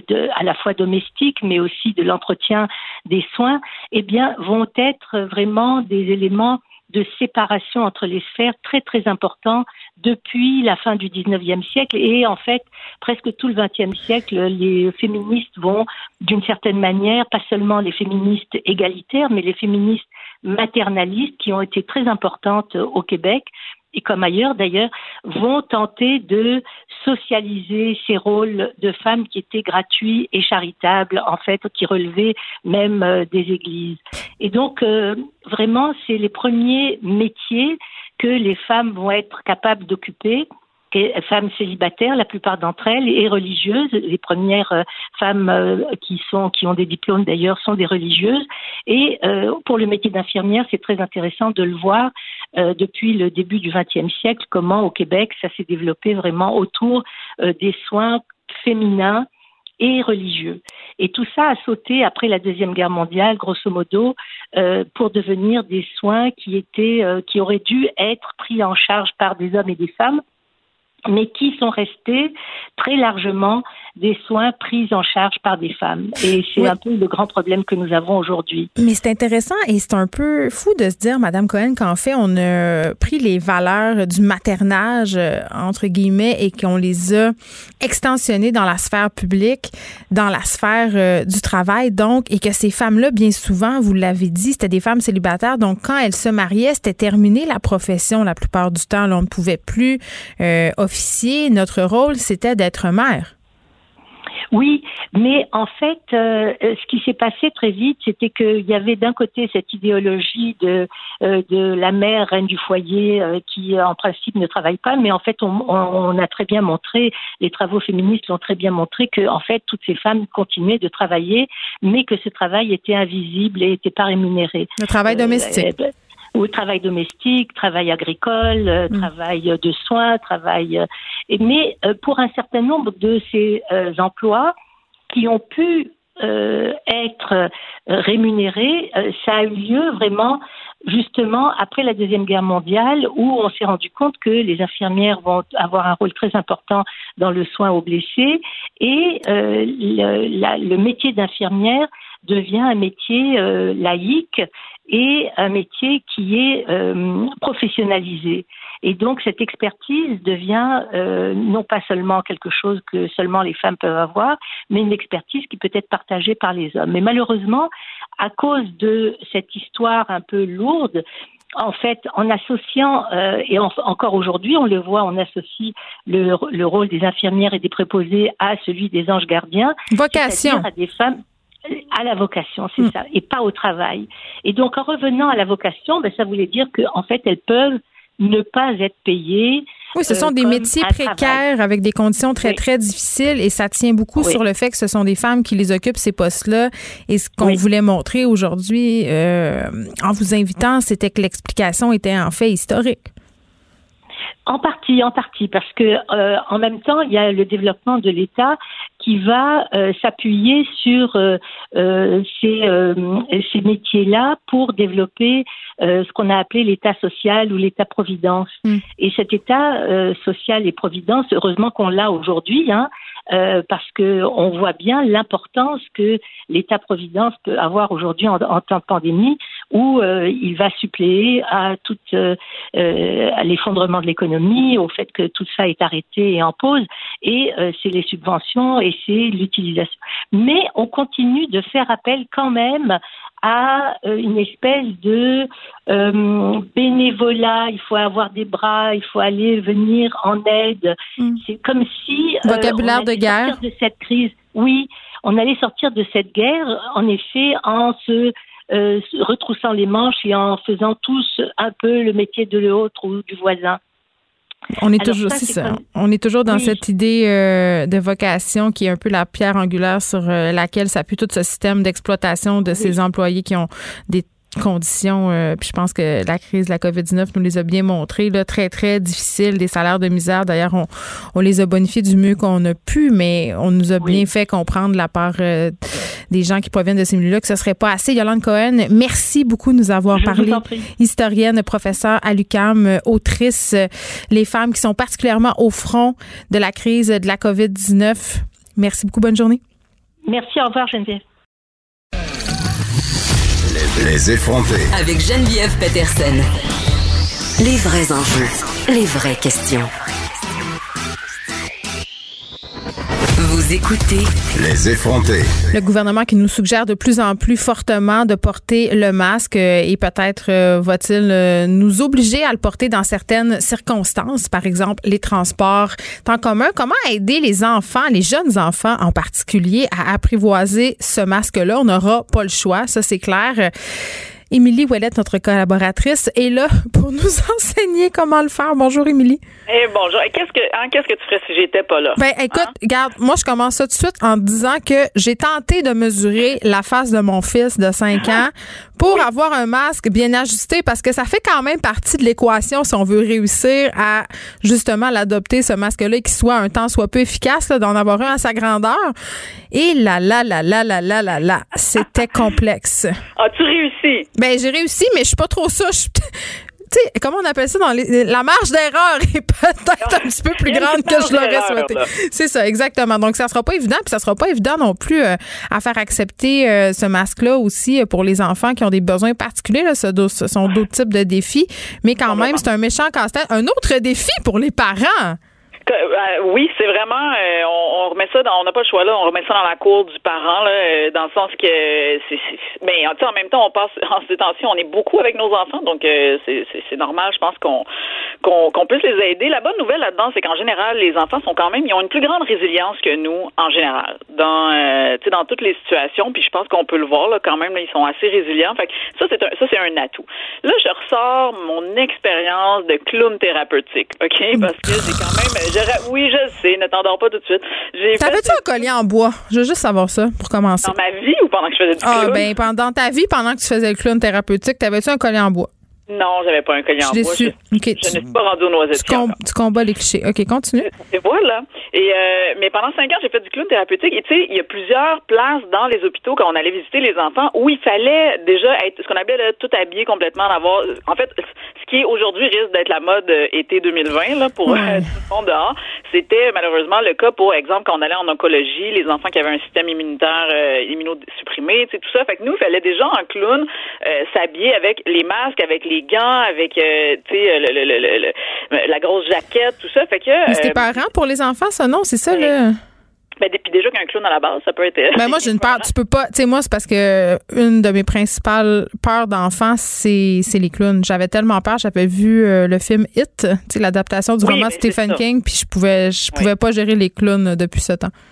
à la fois domestique, mais aussi de l'entretien des soins, vont être vraiment des éléments de séparation entre les sphères très, très importants depuis la fin du 19e siècle et en fait, presque tout le 20e siècle, les féministes vont d'une certaine manière, pas seulement les féministes égalitaires, mais les féministes maternalistes qui ont été très importantes au Québec et comme ailleurs d'ailleurs, vont tenter de socialiser ces rôles de femmes qui étaient gratuits et charitables, en fait, qui relevaient même des églises. Et donc, vraiment, c'est les premiers métiers que les femmes vont être capables d'occuper, femmes célibataires, la plupart d'entre elles, et religieuses. Les premières femmes qui ont des diplômes d'ailleurs sont des religieuses. Et pour le métier d'infirmière, c'est très intéressant de le voir depuis le début du XXe siècle, comment au Québec ça s'est développé vraiment autour des soins féminins et religieux. Et tout ça a sauté après la Deuxième Guerre mondiale, grosso modo, pour devenir des soins qui auraient dû être pris en charge par des hommes et des femmes, mais qui sont restés très largement des soins pris en charge par des femmes. Et c'est un peu le grand problème que nous avons aujourd'hui. Mais c'est intéressant et c'est un peu fou de se dire, Madame Cohen, qu'en fait, on a pris les valeurs du maternage, entre guillemets, et qu'on les a extensionnées dans la sphère publique, dans la sphère du travail, donc, et que ces femmes-là, bien souvent, vous l'avez dit, c'était des femmes célibataires, donc quand elles se mariaient, c'était terminé la profession la plupart du temps. Là, on ne pouvait plus officier. Notre rôle, c'était d'être mère. Oui, mais en fait, ce qui s'est passé très vite, c'était qu'il y avait d'un côté cette idéologie de la mère, reine du foyer, qui en principe ne travaille pas, mais en fait, on a très bien montré, les travaux féministes l'ont très bien montré, que en fait, toutes ces femmes continuaient de travailler, mais que ce travail était invisible et n'était pas rémunéré. Le travail domestique. Ou travail domestique, travail agricole, travail de soins, mais pour un certain nombre de ces emplois qui ont pu être rémunérés, ça a eu lieu vraiment justement après la Deuxième Guerre mondiale, où on s'est rendu compte que les infirmières vont avoir un rôle très important dans le soin aux blessés et le métier d'infirmière devient un métier laïque et un métier qui est professionnalisé. Et donc, cette expertise devient non pas seulement quelque chose que seulement les femmes peuvent avoir, mais une expertise qui peut être partagée par les hommes. Mais malheureusement, à cause de cette histoire un peu lourde, en fait, en associant, encore aujourd'hui, on le voit, on associe le rôle des infirmières et des préposés à celui des anges gardiens. Vocation. C'est-à-dire à des femmes, à la vocation, c'est ça, et pas au travail. Et donc, en revenant à la vocation, ça voulait dire qu'en fait, elles peuvent ne pas être payées. Oui, ce sont des métiers précaires avec des conditions très, très difficiles et ça tient beaucoup sur le fait que ce sont des femmes qui les occupent, ces postes-là. Et ce qu'on voulait montrer aujourd'hui en vous invitant, c'était que l'explication était en fait historique. En partie, parce que en même temps, il y a le développement de l'État qui va s'appuyer sur ces métiers-là pour développer ce qu'on a appelé l'État social ou l'État-providence. Et cet État social et providence, heureusement qu'on l'a aujourd'hui, parce que on voit bien l'importance que l'État-providence peut avoir aujourd'hui en temps de pandémie, où il va suppléer à tout à l'effondrement de l'économie, au fait que tout ça est arrêté et en pause, et c'est les subventions et c'est l'utilisation. Mais on continue de faire appel quand même à une espèce de bénévolat. Il faut avoir des bras, il faut aller venir en aide. C'est comme si vocabulaire de guerre de cette crise. Oui, on allait sortir de cette guerre, en effet, en se retroussant les manches et en faisant tous un peu le métier de l'autre ou du voisin. On est toujours dans cette idée de vocation qui est un peu la pierre angulaire sur laquelle s'appuie tout ce système d'exploitation de ces employés qui ont des conditions, puis je pense que la crise de la COVID-19 nous les a bien montrées, là, très, très difficiles, des salaires de misère. D'ailleurs, on les a bonifiés du mieux qu'on a pu, mais on nous a bien fait comprendre de la part des gens qui proviennent de ces milieux-là que ce serait pas assez. Yolande Cohen, merci beaucoup de nous avoir parlé. Historienne, professeure à l'UQAM, autrice, les femmes qui sont particulièrement au front de la crise de la COVID-19. Merci beaucoup. Bonne journée. Merci. Au revoir, Geneviève. Les effrontés. Avec Geneviève Peterson. Les vrais enjeux, les vraies questions. Vous écoutez Les effrontés. Le gouvernement qui nous suggère de plus en plus fortement de porter le masque et peut-être va-t-il nous obliger à le porter dans certaines circonstances, par exemple les transports en commun. Comment aider les enfants, les jeunes enfants en particulier, à apprivoiser ce masque-là? On n'aura pas le choix, ça c'est clair. Émilie Ouellette, notre collaboratrice, est là pour nous enseigner comment le faire. Bonjour, Émilie. Bonjour. Qu'est-ce que tu ferais si j'étais pas là? Écoute, regarde, moi, je commence ça tout de suite en disant que j'ai tenté de mesurer la face de mon fils de 5 ans pour avoir un masque bien ajusté parce que ça fait quand même partie de l'équation si on veut réussir à, justement, l'adopter, ce masque-là, et qu'il soit un temps soit peu efficace, là, d'en avoir un à sa grandeur. Et là, c'était complexe. As-tu réussi? J'ai réussi, mais je suis pas trop ça. Tu sais, comment on appelle ça la marge d'erreur est peut-être un petit peu plus grande que je l'aurais souhaité. C'est ça, exactement. Donc, ça sera pas évident, puis ça sera pas évident non plus à faire accepter ce masque-là aussi pour les enfants qui ont des besoins particuliers. Là, ce sont d'autres types de défis, mais quand même, c'est un méchant casse-tête. Un autre défi pour les parents. Oui, c'est vraiment on remet ça on n'a pas le choix là, on remet ça dans la cour du parent là, dans le sens que en même temps on passe en ces temps-ci, on est beaucoup avec nos enfants, donc c'est normal, je pense qu'on puisse les aider. La bonne nouvelle là-dedans, c'est qu'en général, les enfants sont quand même, ils ont une plus grande résilience que nous en général dans toutes les situations, puis je pense qu'on peut le voir là quand même, là, ils sont assez résilients. Fait que ça c'est un atout. Là, je ressors mon expérience de clown thérapeutique, OK? Parce que j'ai quand même oui, je le sais, ne t'endors pas tout de suite. T'avais-tu un collier en bois? Je veux juste savoir ça, pour commencer. Dans ma vie ou pendant que je faisais du clown? Pendant ta vie, pendant que tu faisais le clown thérapeutique, t'avais-tu un collier en bois? Non, j'avais pas un collier en bois. Je ne suis pas rendue aux noisettes. Tu combats les clichés. OK, continue. Et voilà. Mais pendant 5 ans, j'ai fait du clown thérapeutique. Et tu sais, il y a plusieurs places dans les hôpitaux quand on allait visiter les enfants où il fallait déjà être ce qu'on appelait là, tout habillé complètement, d'avoir. En fait, ce qui aujourd'hui risque d'être la mode été 2020 là pour tout le monde dehors. c'était malheureusement le cas pour exemple quand on allait en oncologie, les enfants qui avaient un système immunitaire immunosupprimé, tu sais, tout ça. Fait que nous, il fallait déjà en clown s'habiller avec les masques, avec les gants, avec tu sais la grosse jaquette, tout ça. Fait que mais c'était parent pour les enfants, ça non, c'est ça là. Ben, puis déjà qu'un clown à la base, ça peut être. Ben moi, j'ai une peur. Tu peux pas. Tu sais, moi, c'est parce que une de mes principales peurs d'enfant, c'est les clowns. J'avais tellement peur. J'avais vu le film It, tu sais, l'adaptation du roman de Stephen King, puis je pouvais pas gérer les clowns depuis ce temps.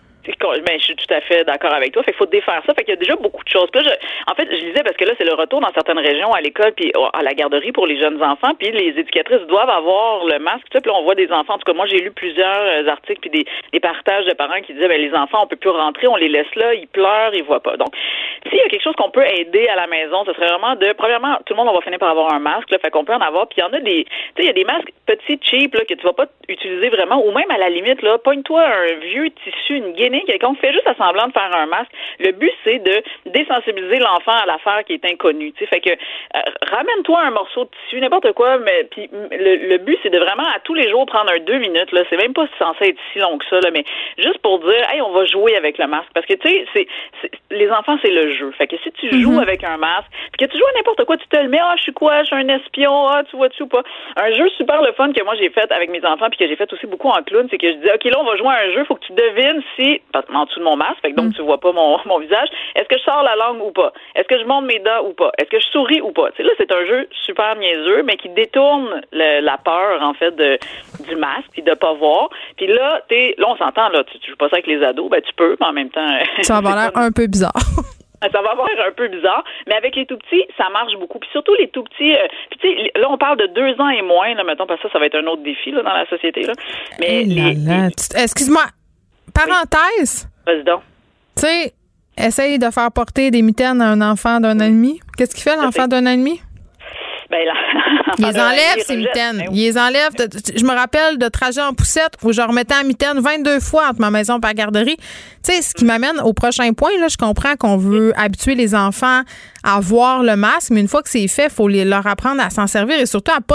Ben, je suis tout à fait d'accord avec toi. Fait qu'il faut défaire ça. Fait qu'il y a déjà beaucoup de choses. Puis là, en fait, je lisais parce que là, c'est le retour dans certaines régions à l'école puis à la garderie pour les jeunes enfants. Puis les éducatrices doivent avoir le masque. Puis là, on voit des enfants. En tout cas, moi, j'ai lu plusieurs articles puis des partages de parents qui disaient, ben les enfants, on peut plus rentrer, on les laisse là, ils pleurent, ils voient pas. Donc, s'il y a quelque chose qu'on peut aider à la maison, ce serait vraiment premièrement, tout le monde, on va finir par avoir un masque. Là, fait qu'on peut en avoir. Puis il y en a des, tu sais, il y a des masques petits, cheap là que tu vas pas utiliser vraiment, ou même à la limite là, pogne-toi un vieux tissu, une guenille, quelqu'un fait juste semblant de faire un masque. Le but, c'est de désensibiliser l'enfant à l'affaire qui est inconnue. Tu sais, fait que ramène-toi un morceau de tissu, n'importe quoi, mais puis le but, c'est de vraiment à tous les jours prendre un 2 minutes. Là, c'est même pas censé être si long que ça, là, mais juste pour dire, hey, on va jouer avec le masque, parce que tu sais, les enfants, c'est le jeu. Fait que si tu joues avec un masque, puis que tu joues à n'importe quoi, tu te le mets, je suis quoi, je suis un espion, tu vois-tu ou pas. Un jeu super le fun que moi j'ai fait avec mes enfants, puis que j'ai fait aussi beaucoup en clown, c'est que je disais, ok, là, on va jouer à un jeu, faut que tu devines si, en dessous de mon masque, fait que donc tu vois pas mon visage, est-ce que je sors la langue ou pas? Est-ce que je monte mes dents ou pas? Est-ce que je souris ou pas? Tu sais, là, c'est un jeu super niaiseux, mais qui détourne la peur, en fait, du masque, puis de pas voir. Puis là, là, on s'entend, là, tu joues pas ça avec les ados, ben tu peux, mais en même temps... Ça va avoir l'air un peu bizarre. Ça va avoir un peu bizarre, mais avec les tout-petits, ça marche beaucoup. Puis surtout les tout-petits, puis tu sais, là, on parle de 2 ans et moins, là, mettons, parce que ça va être un autre défi, là, dans la société, là. Mais excuse-moi, parenthèse. Oui. Vas-y donc. Tu sais, essaye de faire porter des mitaines à un enfant d'1 an et demi. Qu'est-ce qu'il fait, l'enfant d'1 an et demi? Ben là, il les enlève, ces mitaines. Ben oui. Il les enlève. Je me rappelle de trajets en poussette où je remettais en mitaine 22 fois entre ma maison et la garderie. Tu sais, ce qui m'amène au prochain point, là, je comprends qu'on veut habituer les enfants à voir le masque, mais une fois que c'est fait, il faut leur apprendre à s'en servir et surtout à pas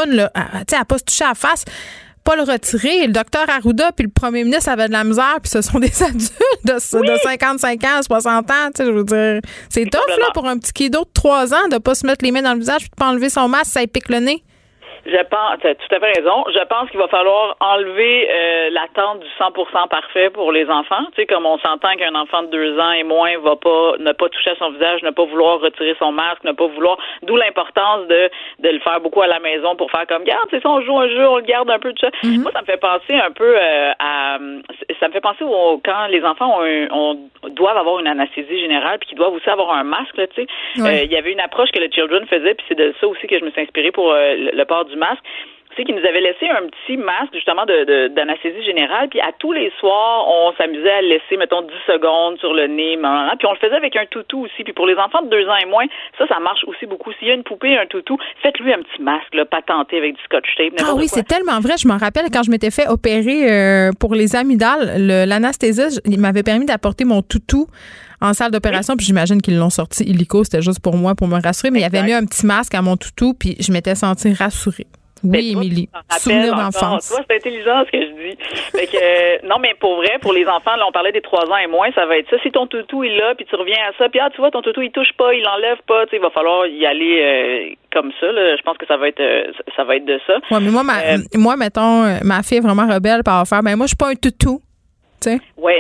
se toucher à la face. Pas le retirer. Le docteur Arruda puis le premier ministre avaient de la misère, puis ce sont des adultes de 55 ans, 60 ans, tu sais, je veux dire. C'est tough, là, pour un petit kiddo de 3 ans de pas se mettre les mains dans le visage puis de pas enlever son masque, ça pique le nez. Je pense, tu as tout à fait raison. Je pense qu'il va falloir enlever l'attente du 100% parfait pour les enfants. Tu sais, comme on s'entend qu'un enfant de 2 ans et moins ne pas toucher à son visage, ne pas vouloir retirer son masque, ne pas vouloir. D'où l'importance de le faire beaucoup à la maison pour faire comme, regarde, c'est ça, on joue un jeu, on le garde un peu de ça. Mm-hmm. Moi, ça me fait penser un peu ça me fait penser quand les enfants doivent avoir une anesthésie générale puis qu'ils doivent aussi avoir un masque, là, tu sais. Il y avait une approche que le Children faisait, puis c'est de ça aussi que je me suis inspirée pour le port du masque. C'est qu'ils nous avaient laissé un petit masque, justement, d'anesthésie générale, puis à tous les soirs, on s'amusait à le laisser, mettons, 10 secondes sur le nez, puis on le faisait avec un toutou aussi. Puis pour les enfants de 2 ans et moins, ça marche aussi beaucoup. S'il y a une poupée, un toutou, faites-lui un petit masque, là, patenté avec du scotch tape. Ah oui, c'est tellement vrai. Je me rappelle quand je m'étais fait opérer pour les amygdales, l'anesthésiste, il m'avait permis d'apporter mon toutou en salle d'opération, puis j'imagine qu'ils l'ont sorti illico, c'était juste pour moi, pour me rassurer, mais il avait mis un petit masque à mon toutou, puis je m'étais sentie rassurée. Oui, Émilie. Souvenir d'enfance. Toi, c'est intelligent ce que je dis. Fait que, non, mais pour vrai, pour les enfants, là, on parlait des 3 ans et moins, ça va être ça. Si ton toutou est là, puis tu reviens à ça, puis tu vois, ton toutou, il touche pas, il l'enlève pas, tu sais, il va falloir y aller comme ça, là. Je pense que ça va être de ça. Ouais, mais moi, mettons, ma fille est vraiment rebelle par faire, moi, je suis pas un toutou, tu sais. Ouais.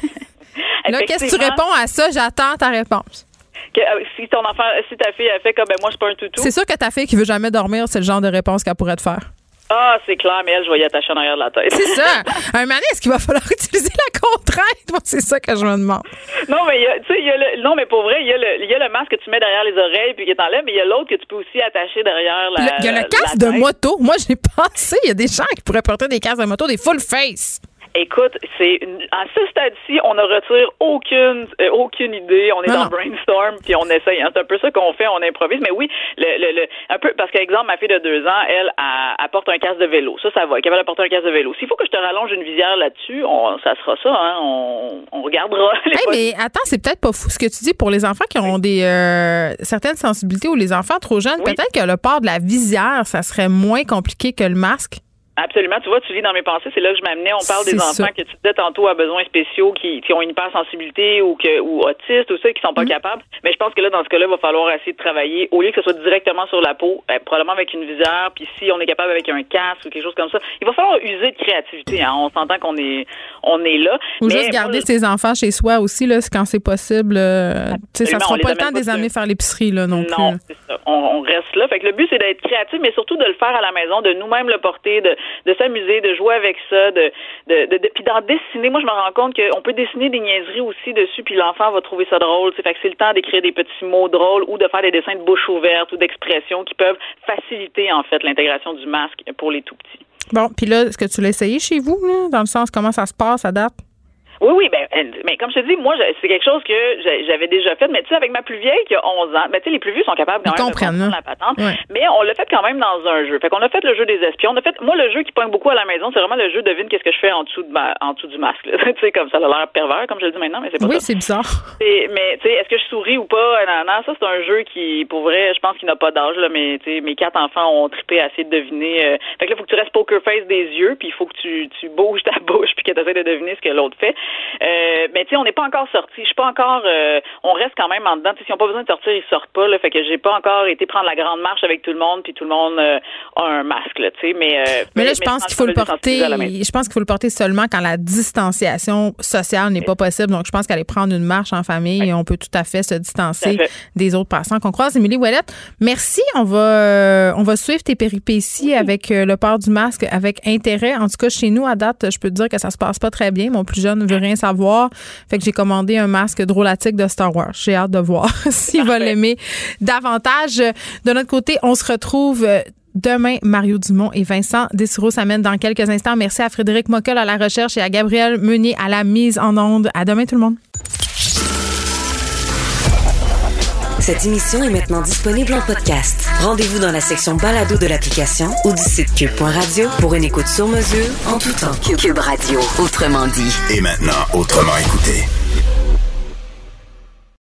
Là, qu'est-ce que tu réponds à ça? J'attends ta réponse. Si ta fille a fait comme moi, je suis pas un toutou. C'est sûr que ta fille qui veut jamais dormir, c'est le genre de réponse qu'elle pourrait te faire. Ah, c'est clair, mais elle, je vais y attacher en arrière de la tête. C'est ça. Un moment donné, est-ce qu'il va falloir utiliser la contrainte? Moi, c'est ça que je me demande. Non, mais non, mais pour vrai, il y a le masque que tu mets derrière les oreilles puis qui t'enlève, mais il y a l'autre que tu peux aussi attacher derrière la. Il y a le casque de moto. Moi, j'ai pensé, il y a des gens qui pourraient porter des casques de moto, des full face. Écoute, à ce stade-ci, on ne retire aucune idée. On est dans brainstorm puis on essaye. C'est un peu ça qu'on fait, on improvise. Mais oui, un peu parce qu'exemple, ma fille de 2 ans, elle porte un casque de vélo. Ça va. Elle est capable de porter un casque de vélo. S'il faut que je te rallonge une visière là-dessus, ça sera ça. Hein. On regardera. Mais attends, c'est peut-être pas fou ce que tu dis pour les enfants qui ont des certaines sensibilités ou les enfants trop jeunes. Oui. Peut-être que le port de la visière, ça serait moins compliqué que le masque. Absolument. Tu vois, tu lis dans mes pensées, c'est là que je m'amenais. On parle des enfants que tu disais tantôt à besoins spéciaux qui ont une hypersensibilité ou autistes ou ça, qui sont pas capables. Mais je pense que là, dans ce cas-là, il va falloir essayer de travailler, au lieu que ce soit directement sur la peau, probablement avec une visière, puis si on est capable avec un casque ou quelque chose comme ça, il va falloir user de créativité. Hein. On s'entend qu'on est là. Ou juste garder ses enfants chez soi aussi, là, quand c'est possible. Ça ne sera pas le temps de les amener faire l'épicerie, là, non plus. Non, c'est ça. On reste là. Fait que le but, c'est d'être créatif, mais surtout de le faire à la maison, de nous-mêmes le porter, de s'amuser, de jouer avec ça, puis d'en dessiner. Moi, je me rends compte qu'on peut dessiner des niaiseries aussi dessus, puis l'enfant va trouver ça drôle. Fait que c'est le temps d'écrire des petits mots drôles ou de faire des dessins de bouche ouverte ou d'expressions qui peuvent faciliter, en fait, l'intégration du masque pour les tout-petits. Bon, puis là, est-ce que tu l'as essayé chez vous, là, dans le sens comment ça se passe à date? Oui, mais comme je te dis, moi, c'est quelque chose que j'avais déjà fait. Mais tu sais, avec ma plus vieille qui a 11 ans, tu sais, les plus vieux sont capables quand même de comprendre la patente. Ouais. Mais on l'a fait quand même dans un jeu. Fait qu'on a fait le jeu des espions. Moi, le jeu qui pogne beaucoup à la maison, c'est vraiment le jeu devine qu'est-ce que je fais en dessous du masque. Tu sais, comme ça a l'air pervers, comme je le dis maintenant, mais c'est pas ça. Oui, c'est bizarre. Mais tu sais, est-ce que je souris ou pas? Non, ça, c'est un jeu qui, pour vrai, je pense qu'il n'a pas d'âge, là, mais tu sais, mes 4 enfants ont trippé à essayer de deviner. Fait que là, il faut que tu restes poker face des yeux, puis il faut que tu bouges ta bouche, puis que tu essaies de deviner ce que l'autre fait. Mais tu sais, on n'est pas encore sorti. Je suis pas encore. On reste quand même en dedans. T'sais, s'ils n'ont pas besoin de sortir, ils sortent pas. Là, fait que j'ai pas encore été prendre la grande marche avec tout le monde, puis tout le monde a un masque. Là, mais là, je pense qu'il faut le porter. Je pense qu'il faut le porter seulement quand la distanciation sociale n'est pas possible. Donc, je pense qu'aller prendre une marche en famille, on peut tout à fait se distancer des autres passants qu'on croise. Émilie Ouellette, merci. On va suivre tes péripéties avec le port du masque avec intérêt. En tout cas, chez nous, à date, je peux te dire que ça se passe pas très bien. Mon plus jeune ne veut rien savoir. Fait que j'ai commandé un masque drôlatique de Star Wars. J'ai hâte de voir s'il va l'aimer davantage. De notre côté, on se retrouve demain. Mario Dumont et Vincent Dessureau s'amènent dans quelques instants. Merci à Frédéric Mockel à la recherche et à Gabriel Meunier à la mise en onde. À demain tout le monde. Cette émission est maintenant disponible en podcast. Rendez-vous dans la section balado de l'application ou du site cube.radio pour une écoute sur mesure en tout temps. Cube Radio, autrement dit. Et maintenant, autrement écouté.